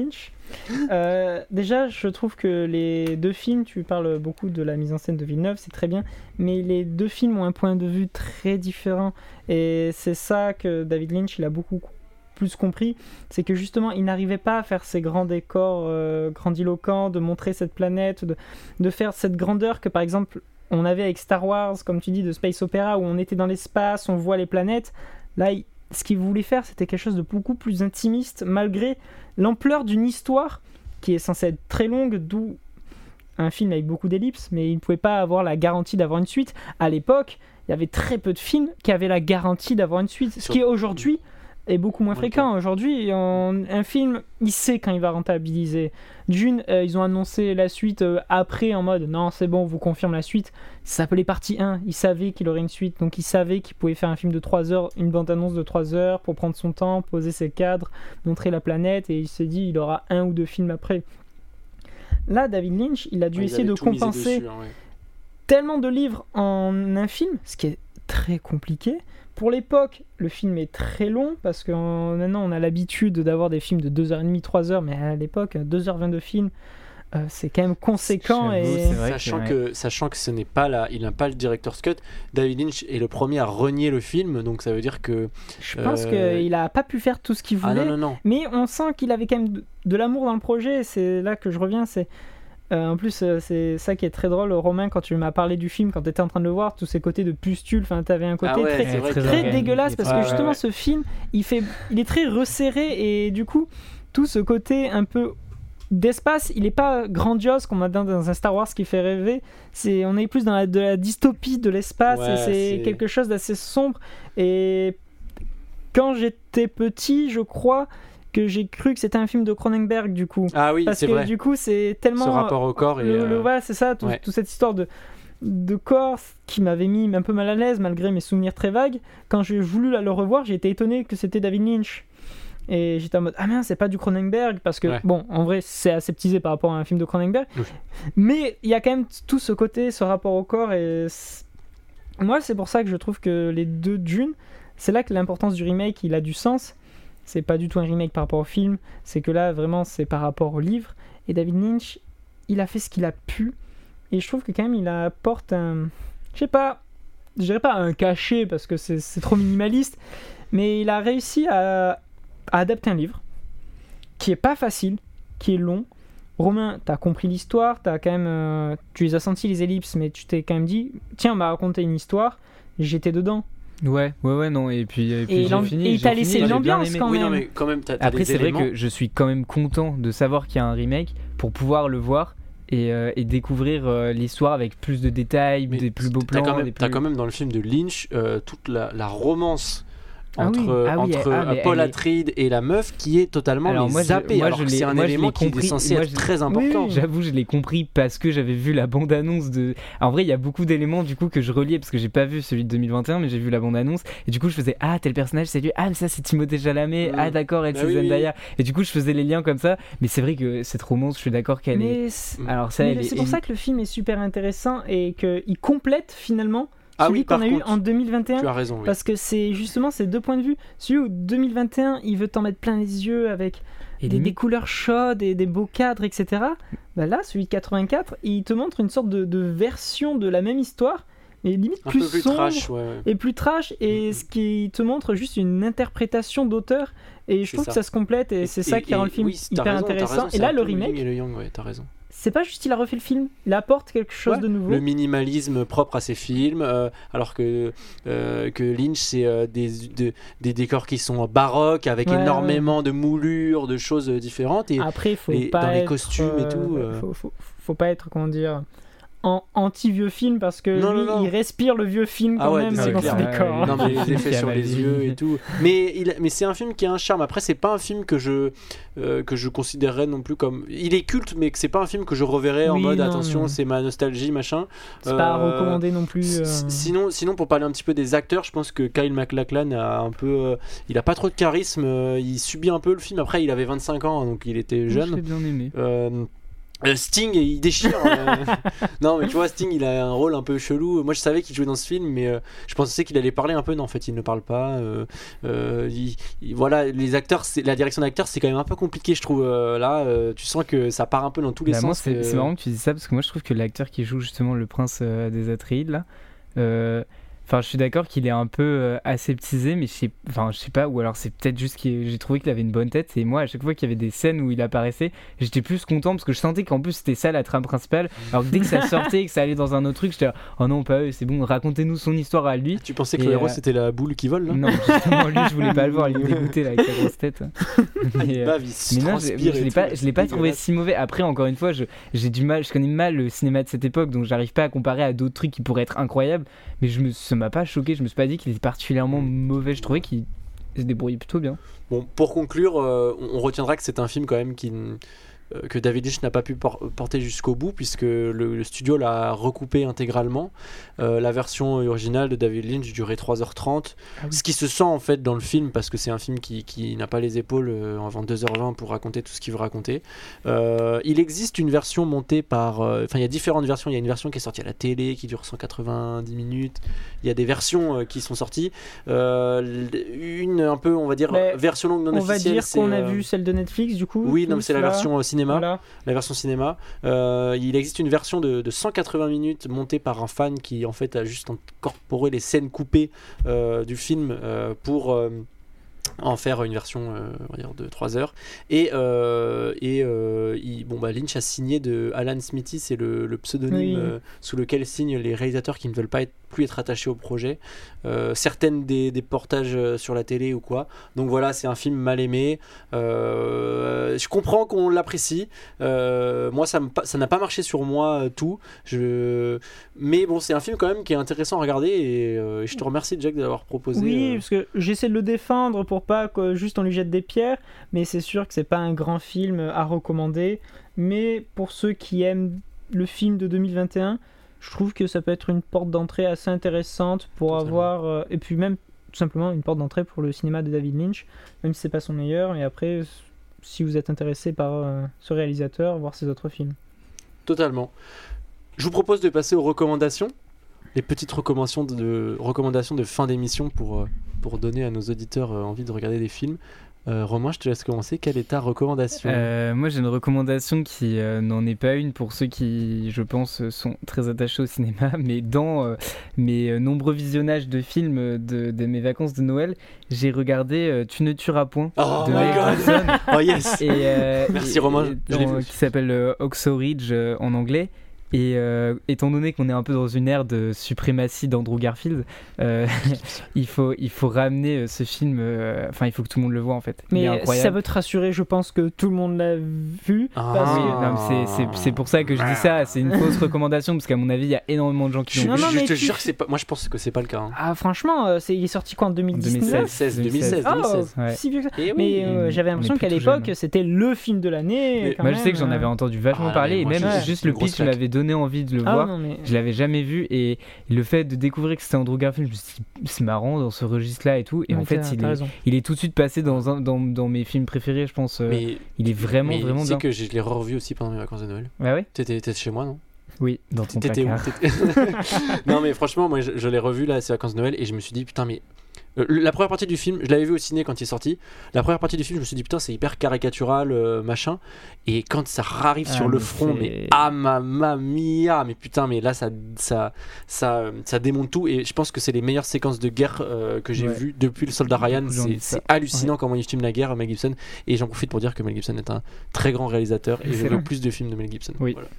Euh, déjà, je trouve que les deux films, tu parles beaucoup de la mise en scène de Villeneuve, c'est très bien, mais les deux films ont un point de vue très différent. Et c'est ça que David Lynch, il a beaucoup plus compris, c'est que justement, il n'arrivait pas à faire ces grands décors euh, grandiloquents, de montrer cette planète, de, de faire cette grandeur que, par exemple, on avait avec Star Wars, comme tu dis, de Space Opera, où on était dans l'espace, on voit les planètes. Là, il, ce qu'il voulait faire, c'était quelque chose de beaucoup plus intimiste, malgré l'ampleur d'une histoire qui est censée être très longue, d'où un film avec beaucoup d'ellipses, mais il ne pouvait pas avoir la garantie d'avoir une suite. À l'époque, il y avait très peu de films qui avaient la garantie d'avoir une suite, ce qui aujourd'hui est beaucoup moins fréquent. Aujourd'hui, on, un film, il sait quand il va rentabiliser. Dune, euh, ils ont annoncé la suite euh, après, en mode non, c'est bon, on vous confirme la suite. Ça s'appelait partie un. Ils savaient qu'il aurait une suite, donc ils savaient qu'il pouvait faire un film de trois heures, une bande-annonce de trois heures pour prendre son temps, poser ses cadres, montrer la planète, et il s'est dit il aura un ou deux films après. Là, David Lynch, il a dû Ouais, essayer de compenser dessus, hein, ouais. tellement de livres en un film, ce qui est très compliqué. Pour l'époque, le film est très long, parce que euh, maintenant on a l'habitude d'avoir des films de deux heures trente, trois heures, mais à l'époque, deux heures vingt de film, euh, c'est quand même conséquent. J'avoue, Et... c'est vrai Sachant que, que, sachant que ce n'est pas là, il n'a pas le director's cut. David Lynch est le premier à renier le film, donc ça veut dire que. Je pense Euh, qu'il a pas pu faire tout ce qu'il Ah voulait, non, non, non. mais on sent qu'il avait quand même de, de l'amour dans le projet. C'est là que je reviens, c'est... Euh, en plus, euh, c'est ça qui est très drôle, Romain, quand tu m'as parlé du film, quand tu étais en train de le voir, tous ces côtés de pustules, enfin, tu avais un côté Ah ouais, très, c'est vrai très, que- organique, dégueulasse, il est parce très- que ouais, justement, ouais. ce film, il, fait, il est très resserré, et du coup, tout ce côté un peu d'espace, il est pas grandiose comme on a dans, dans un Star Wars qui fait rêver. C'est, on est plus dans la, de la dystopie de l'espace, Ouais, et c'est, c'est- quelque chose d'assez sombre. Et quand j'étais petit, je crois que j'ai cru que c'était un film de Cronenberg, du coup. Ah oui, Parce c'est que vrai. du coup, c'est tellement. Ce rapport au corps et. Le, le- euh, voilà, c'est ça, tout- ouais. toute cette histoire de, de corps qui m'avait mis un peu mal à l'aise malgré mes souvenirs très vagues. Quand j'ai voulu la- le revoir, j'ai été étonné que c'était David Lynch. Et j'étais en mode, ah mince, c'est pas du Cronenberg, parce que, Ouais. bon, en vrai, c'est aseptisé par rapport à un film de Cronenberg. Oui. Mais il y a quand même tout ce côté, ce rapport au corps. Et c'est- moi, c'est pour ça que je trouve que les deux Dune, c'est là que l'importance du remake, il a du sens. C'est pas du tout un remake par rapport au film, c'est que là, vraiment, c'est par rapport au livre. Et David Lynch, il a fait ce qu'il a pu. Et je trouve que quand même, il apporte un... Je sais pas, je dirais pas un cachet, parce que c'est, c'est trop minimaliste, mais il a réussi à, à adapter un livre qui est pas facile, qui est long. Romain, t'as compris l'histoire, t'as quand même, euh, tu les as sentis les ellipses, mais tu t'es quand même dit, tiens, on m'a raconté une histoire, j'étais dedans. Ouais, ouais, ouais, non, et puis, et puis Et j'ai l'am- fini, et il j'ai t'a fini, laissé j'ai bien l'ambiance aimé. quand Oui, non, même. mais quand même, t'as, t'as Après, des c'est vrai éléments. que je suis quand même content de savoir qu'il y a un remake pour pouvoir le voir et, euh, et découvrir euh, l'histoire avec plus de détails, Mais des plus beaux t'as plans. quand même, des t'as plus- quand même dans le film de Lynch euh, toute la, la romance Ah oui, entre, ah oui, entre ah, euh, mais Paul elle est- Atreides et la meuf qui est totalement Alors mais moi, je- zappée, moi, alors je que l'ai- c'est un moi, je élément l'ai qui est compris. censé Moi, être je- très important. Oui, J'avoue, je l'ai compris parce que j'avais vu la bande-annonce de. En vrai, il y a beaucoup d'éléments du coup que je reliais parce que j'ai pas vu celui de deux mille vingt et un, mais j'ai vu la bande-annonce et du coup je faisais ah tel personnage c'est lui, ah mais ça c'est Timothée Chalamet, Mm. ah d'accord elle Bah c'est oui, oui, Zendaya et du coup je faisais les liens comme ça. Mais c'est vrai que cette romance, je suis d'accord qu'elle est. Mais c'est- Alors ça, mais elle est- c'est pour ça que le film est super intéressant et qu'il complète finalement Ah celui oui, par qu'on a eu contre, en deux mille vingt et un. Tu as raison. Oui. Parce que c'est justement ces deux points de vue. Celui où deux mille vingt et un, il veut t'en mettre plein les yeux avec Et des, limite- des couleurs chaudes et des beaux cadres, et cetera. Bah là, celui de quatre-vingt-quatre, il te montre une sorte de, de version de la même histoire, mais limite Un plus, peu plus sombre trash, ouais, ouais. et plus trash, et Mhm. ce qui te montre juste une interprétation d'auteur. Et je C'est trouve ça. que ça se complète, et, c'est ça Et- qui rend et- le film oui, t'as hyper raison, t'as intéressant. raison, Et c'est là, un le peu yin remake, et le yang, ouais, t'as raison. c'est pas juste il a refait le film, il apporte quelque chose Ouais, de nouveau. Le minimalisme propre à ses films, euh, alors que, euh, que Lynch, c'est euh, des, de- des décors qui sont baroques, avec Ouais, énormément de moulures, de choses euh, différentes. Et Après, faut les- pas dans les être, costumes et euh, tout, euh. Faut, faut, faut pas être, comment dire, en anti-vieux film, parce que Non, lui, non, non. il respire le vieux film Ah quand ouais, même c'est dans clair. son Ouais, décor. ouais, non, mais les effets Qui a sur mal les vieilli. yeux et tout. Mais, il, mais c'est un film qui a un charme. Après, c'est pas un film que je, euh, que je considérerais non plus comme. Il est culte, mais que c'est pas un film que je reverrais en Oui, mode non, attention, mais- c'est ma nostalgie, machin. C'est pas à Euh, recommander non plus. euh. S- Sinon, sinon, pour parler un petit peu des acteurs, je pense que Kyle MacLachlan a un peu, euh, il a pas trop de charisme. euh, il subit un peu le film. Après, il avait vingt-cinq ans, hein, donc il était Je l'ai jeune. bien aimé. Euh, Euh, Sting, il déchire. euh. Non, mais tu vois, Sting, il a un rôle un peu chelou. Moi, je savais qu'il jouait dans ce film, mais euh, je pensais qu'il allait parler un peu. Non, en fait, il ne parle pas. Euh, euh, il- il- voilà, les acteurs, c'est, la direction d'acteur, c'est quand même un peu compliqué, je trouve. euh, là, euh, tu sens que ça part un peu dans tous les Bah, moi, sens. c'est euh. c'est marrant que tu dis ça parce que moi je trouve que l'acteur qui joue justement le prince euh, des Atreides là, euh, enfin je suis d'accord qu'il est un peu euh, aseptisé, mais je sais, enfin je sais pas, ou alors c'est peut-être juste que j'ai trouvé qu'il avait une bonne tête. Et moi à chaque fois qu'il y avait des scènes où il apparaissait, j'étais plus content parce que je sentais qu'en plus c'était ça la trame principale. Alors que dès que ça sortait et que ça allait dans un autre truc, j'étais là, oh non pas eux, c'est bon, racontez-nous son histoire à lui. Tu pensais que Et, le héros euh, c'était la boule qui vole là Non, justement lui je voulais pas le voir, il me dégoûtait là avec sa grosse tête. Ah, il Mais, euh, bave, il se Mais non, je, transpire je et l'ai tout, pas, là, je l'ai pas c'est trouvé dégueulasse. si mauvais. Après, encore une fois, je, j'ai du mal, je connais mal le cinéma de cette époque, donc j'arrive pas à comparer à d'autres trucs qui pourraient être incroyables. Mais je me, ça m'a pas choqué. Je me suis pas dit qu'il était particulièrement mauvais. Je trouvais qu'il se débrouillait plutôt bien. Bon, pour conclure, euh, on on retiendra que c'est un film quand même qui, n- euh, que David Lynch n'a pas pu por- porter jusqu'au bout puisque le, le studio l'a recoupé intégralement. Euh, la version originale de David Lynch durait trois heures trente, Ah oui. ce qui se sent en fait dans le film parce que c'est un film qui, qui n'a pas les épaules euh, avant deux heures vingt pour raconter tout ce qu'il veut raconter. Euh, il existe une version montée par... euh, Enfin, il y a différentes versions. Il y a une version qui est sortie à la télé qui dure cent quatre-vingt-dix minutes. Il y a des versions euh, qui sont sorties. Euh, l- une un peu, on va dire, Mais version longue non On va officielle. dire c'est, qu'on a euh, vu celle de Netflix du coup. Oui, non, mais tous, c'est la là. version euh, cinéma. Voilà. La version cinéma. Euh, il existe une version de, de cent quatre-vingts minutes montée par un fan qui en fait a juste incorporé les scènes coupées euh, du film euh, pour euh, en faire une version euh, on va dire de trois heures. Et, euh, et euh, il- bon, bah, Lynch a signé de Alan Smithy, c'est le, le pseudonyme Oui. euh, sous lequel signent les réalisateurs qui ne veulent pas être, plus être attachés au projet. Euh, certaines des, des portages euh, sur la télé ou quoi. Donc voilà, c'est un film mal aimé. Euh, je comprends qu'on l'apprécie. Euh, moi, ça me pa- ça n'a pas marché sur moi euh, tout. Je... Mais bon, c'est un film quand même qui est intéressant à regarder et, euh, et je te remercie Jack d'avoir proposé. Oui, euh, parce que j'essaie de le défendre pour pas que juste on lui jette des pierres, mais c'est sûr que c'est pas un grand film à recommander. Mais pour ceux qui aiment le film de deux mille vingt et un, je trouve que ça peut être une porte d'entrée assez intéressante pour Totalement. avoir, euh, et puis même tout simplement une porte d'entrée pour le cinéma de David Lynch, même si c'est pas son meilleur. Et après, si vous êtes intéressé par euh, ce réalisateur, voir ses autres films. Totalement. Je vous propose de passer aux recommandations. Les petites recommandations de, de- recommandations de fin d'émission pour, euh, pour donner à nos auditeurs euh, envie de regarder des films. Euh, Romain, je te laisse commencer. Quelle est ta recommandation ? Euh, moi, j'ai une recommandation qui euh, n'en est pas une pour ceux qui, je pense, sont très attachés au cinéma, mais dans euh, mes euh, nombreux visionnages de films de, de mes vacances de Noël, j'ai regardé euh, Tu ne tueras point Oh de my Mel God. Gibson. Oh yes. Et, euh, Merci, et- Romain, et je l'ai dans- vu. qui s'appelle euh, Oxo Ridge euh, en anglais. Et euh, étant donné qu'on est un peu dans une ère de suprématie d'Andrew Garfield, euh, il, faut, il faut ramener euh, ce film. euh, Enfin, il faut que tout le monde le voit en fait. Il est Mais si incroyable. ça veut te rassurer, je pense que tout le monde l'a vu. Ah. parce Oui, que- non, mais c'est- c'est c'est pour ça que je dis ça. C'est une fausse recommandation parce qu'à mon avis, il y a énormément de gens qui Je, l'ont Non, vu. non, je mais te tu- jure que c'est pas. Moi, je pense que c'est pas le cas. hein. Ah franchement, euh, c'est... il est sorti quoi en deux mille dix-neuf seize, deux mille seize, Oh, deux mille seize. Ouais. si vieux que ça. Et oui. Mais euh, on- j'avais on l'impression est qu'à plus tout l'époque, jeune. c'était le film de l'année. Mais- quand Moi, je même, sais que j'en euh. avais entendu vachement Ah, parler mais et moi, même j'ai- juste c'est une le grosse pitch claque. m'avait donné envie de le Ah voir. non, mais... Je l'avais jamais vu et le fait de découvrir que c'était Andrew Garfield, je me suis dit, c'est marrant dans ce registre-là et tout. Et Ouais, en fait, t'as- il t'as est, raison. il est tout de suite passé dans, un, dans, dans mes films préférés, je pense. euh, Mais, il est vraiment, mais vraiment tu bien. sais que je l'ai revu aussi pendant mes vacances de Noël. Ah ouais T'étais t'étais chez moi, non? Oui, dans ton T'étais où? placard. T'étais- Non, mais franchement, moi, je, je l'ai revu là, ces vacances de Noël, et je me suis dit, putain, mais. euh, la première partie du film, je l'avais vu au ciné quand il est sorti. La première partie du film, je me suis dit, putain, c'est hyper caricatural, euh, machin. Et quand ça arrive Ah, sur le mais front, c'est- mais ah mamma mia, mais putain, mais là, ça, ça, ça, euh, ça démonte tout. Et je pense que c'est les meilleures séquences de guerre euh, que j'ai Ouais. vues depuis le Soldat Ryan. Beaucoup de gens C'est disent ça. c'est hallucinant comment il filme la guerre, Mel Gibson. Et j'en profite pour dire que Mel Gibson est un très grand réalisateur. Et je Excellent. veux plus de films de Mel Gibson. Oui. Voilà.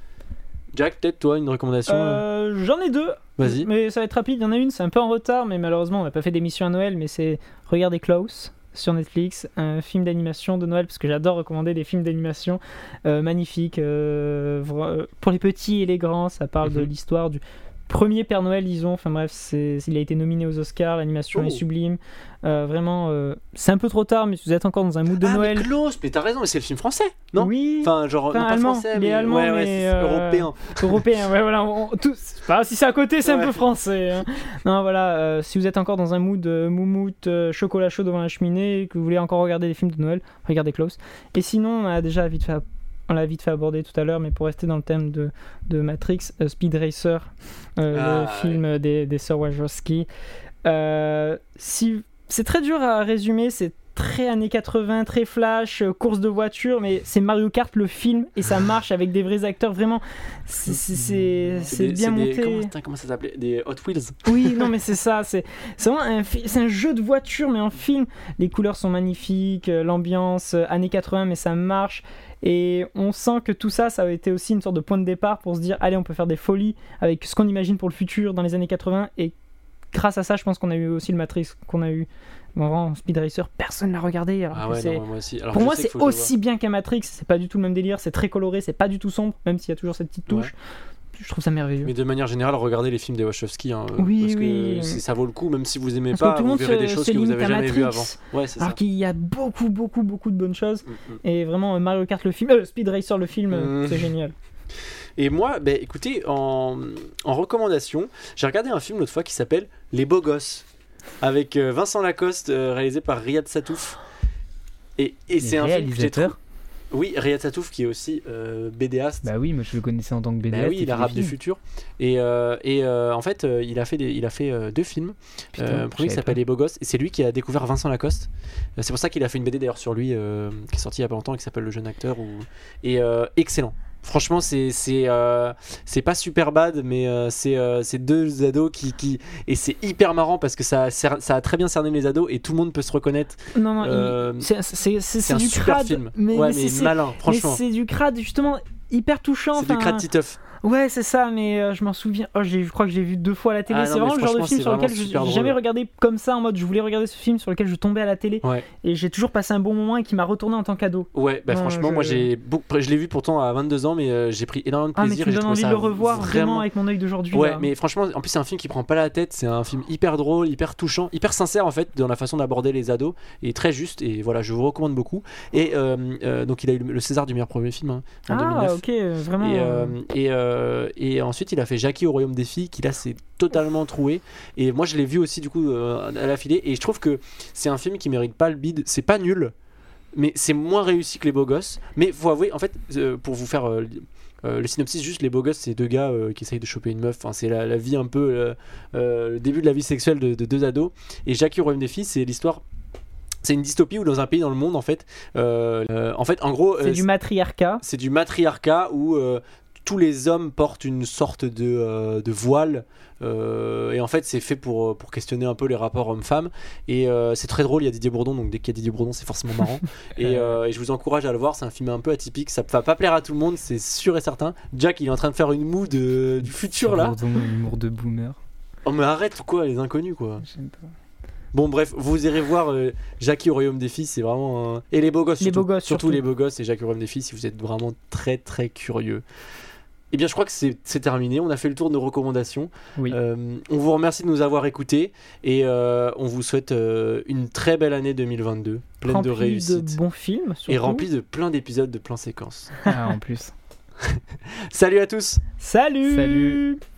Jack, peut-être toi, une recommandation euh Euh, J'en ai deux. Vas-y. Mais ça va être rapide. Il y en a une, c'est un peu en retard, mais malheureusement, on n'a pas fait d'émission à Noël. Mais c'est Regardez Klaus sur Netflix, un film d'animation de Noël, parce que j'adore recommander des films d'animation euh, magnifiques. euh, vra- pour les petits et les grands, ça parle de Mhm. l'histoire du premier Père Noël, disons. Enfin bref, c'est, il a été nominé aux Oscars, l'animation Oh. est sublime. Euh, vraiment, euh, c'est un peu trop tard, mais si vous êtes encore dans un mood de Ah, Noël. mais Klaus, mais t'as raison, mais c'est le film français, non? Oui, Enfin, genre, Enfin, non pas allemand. français, Il est mais allemand, ouais, ouais, mais, c'est euh, européen. européen, ouais, voilà. on- tous, bah, si c'est à côté, c'est un Ouais. peu français. hein. Non, voilà, euh, si vous êtes encore dans un mood euh, moumoute, euh, chocolat chaud devant la cheminée, et que vous voulez encore regarder des films de Noël, regardez Klaus. Et sinon, on a déjà vite fait on l'a vite fait aborder tout à l'heure, mais pour rester dans le thème de, de Matrix, euh, Speed Racer, euh, Ah, le film ouais. des, des sœurs Wachowski. Euh, si, c'est très dur à résumer, c'est très années quatre-vingts, très flash, euh, course de voiture, mais c'est Mario Kart le film et ça marche avec des vrais acteurs, vraiment. C'est, c'est, c'est, c'est des- bien des- monté. Comment, putain, comment ça s'appelait? Des Hot Wheels. Oui, non, mais c'est ça. C'est, c'est vraiment un, fi- c'est un jeu de voiture, mais en film. Les couleurs sont magnifiques, euh, l'ambiance, euh, années quatre-vingts, mais ça marche. Et on sent que tout ça, ça a été aussi une sorte de point de départ pour se dire, allez, on peut faire des folies avec ce qu'on imagine pour le futur dans les années quatre-vingts. Et grâce à ça, je pense qu'on a eu aussi le Matrix qu'on a eu. Bon, vraiment, Speed Racer, personne l'a regardé. Alors Ah que ouais, c'est... non, moi aussi. Alors, Pour je moi, sais c'est qu'il faut que je le aussi bien qu'un Matrix. C'est pas du tout le même délire. C'est très coloré, c'est pas du tout sombre, même s'il y a toujours cette petite touche. Je trouve ça merveilleux. Mais de manière générale, regardez les films des Wachowski. Hein, Oui, parce que oui. c'est- ça vaut le coup, même si vous aimez Parce pas, que tout le vous monde verrez se, des choses se que vous limite avez à jamais vues Matrix. avant. Ouais, c'est ça. Alors qu'il y a beaucoup, beaucoup, beaucoup de bonnes choses. Mm, mm. Et vraiment, euh, Mario Kart le film, euh, Speed Racer le film, euh, Mm. c'est génial. Et moi, bah, écoutez, en, en recommandation, j'ai regardé un film l'autre fois qui s'appelle Les Beaux Gosses, avec euh, Vincent Lacoste, euh, réalisé par Riyad Satouf. Et, et c'est un film que j'ai réalisateur. trouvé- Oui, Riyad Satouf qui est aussi euh, BDaste. Bah oui, moi je le connaissais en tant que B D. Bah oui, l'arabe du futur. Et, euh, et euh, en fait, euh, il a fait, des, il a fait euh, deux films. Putain, Euh, un je premier qui savais s'appelle pas. Les Beaux Gosses. Et c'est lui qui a découvert Vincent Lacoste. Euh, c'est pour ça qu'il a fait une B D d'ailleurs sur lui, euh, qui est sortie il y a pas longtemps, et qui s'appelle Le Jeune Acteur. Ou... Et euh, excellent. Franchement, c'est c'est euh, c'est pas super bad, mais euh, c'est euh, c'est deux ados qui, qui et c'est hyper marrant parce que ça cer- ça a très bien cerné les ados et tout le monde peut se reconnaître. Non, non, il- Euh, c'est, c'est, c'est, c'est C'est un du super crade, film. Mais, ouais, mais mais, c'est, malin, mais franchement. c'est du crade justement hyper touchant. C'est du enfin, crade Titeuf. Ouais, c'est ça, mais euh, je m'en souviens. Oh, j'ai, je crois que je l'ai vu deux fois à la télé. Ah c'est non, mais vraiment le genre de franchement, film c'est sur lequel vraiment je super j'ai drôle. jamais regardé comme ça en mode je voulais regarder ce film sur lequel je tombais à la télé Ouais. et j'ai toujours passé un bon moment et qui m'a retourné en tant qu'ado. Ouais, bah Non, franchement, je- moi j'ai beaucoup... je l'ai vu pourtant à vingt-deux ans, mais euh, j'ai pris énormément de Ah, mais plaisir. tu et me j'ai donnes trouvé envie de ça le revoir vraiment avec mon œil d'aujourd'hui. Ouais, là. mais franchement, en plus c'est un film qui prend pas la tête, c'est un film hyper drôle, hyper touchant, hyper sincère en fait dans la façon d'aborder les ados et très juste. Et voilà, je vous recommande beaucoup. Et euh, euh, donc il a eu le César du meilleur premier film hein, en deux mille neuf. Ah, ok, euh, vraiment. Et, euh, euh, et, euh, et ensuite il a fait Jackie au royaume des filles qui là c'est totalement troué et moi je l'ai vu aussi du coup euh, à l'affilée et je trouve que c'est un film qui mérite pas le bide, c'est pas nul mais c'est moins réussi que Les Beaux Gosses, mais faut avouer en fait euh, pour vous faire euh, euh, le synopsis juste Les Beaux Gosses c'est deux gars euh, qui essayent de choper une meuf, enfin, c'est la, la vie un peu euh, euh, le début de la vie sexuelle de, de deux ados et Jackie au royaume des filles c'est l'histoire. C'est une dystopie où dans un pays dans le monde en fait, euh, euh, en fait en gros c'est euh, du matriarcat. c'est du matriarcat où euh, tous les hommes portent une sorte de, euh, de voile euh, et en fait c'est fait pour, pour questionner un peu les rapports hommes-femmes et euh, c'est très drôle, il y a Didier Bourdon donc dès qu'il y a Didier Bourdon c'est forcément marrant et, euh, et je vous encourage à le voir, c'est un film un peu atypique, ça va pas plaire à tout le monde c'est sûr et certain. Jack il est en train de faire une moue de, du futur là. Bourdon, humour de boomer. Oh mais arrête quoi les inconnus quoi. J'aime pas. Bon bref, vous irez voir euh, Jackie au royaume des filles, c'est vraiment un... Et les beaux gosses Les surtout, beaux gosses, surtout surtout. les beaux gosses et Jackie au royaume des filles si vous êtes vraiment très très curieux. Eh bien je crois que c'est, c'est terminé, on a fait le tour de nos recommandations. Oui. Euh, on vous remercie de nous avoir écoutés et euh, on vous souhaite euh, une très belle année deux mille vingt-deux, pleine Rempli de réussite. de bons films. Et surtout. remplie de plein d'épisodes de plans séquences. Ah, en plus. Salut à tous. Salut. Salut.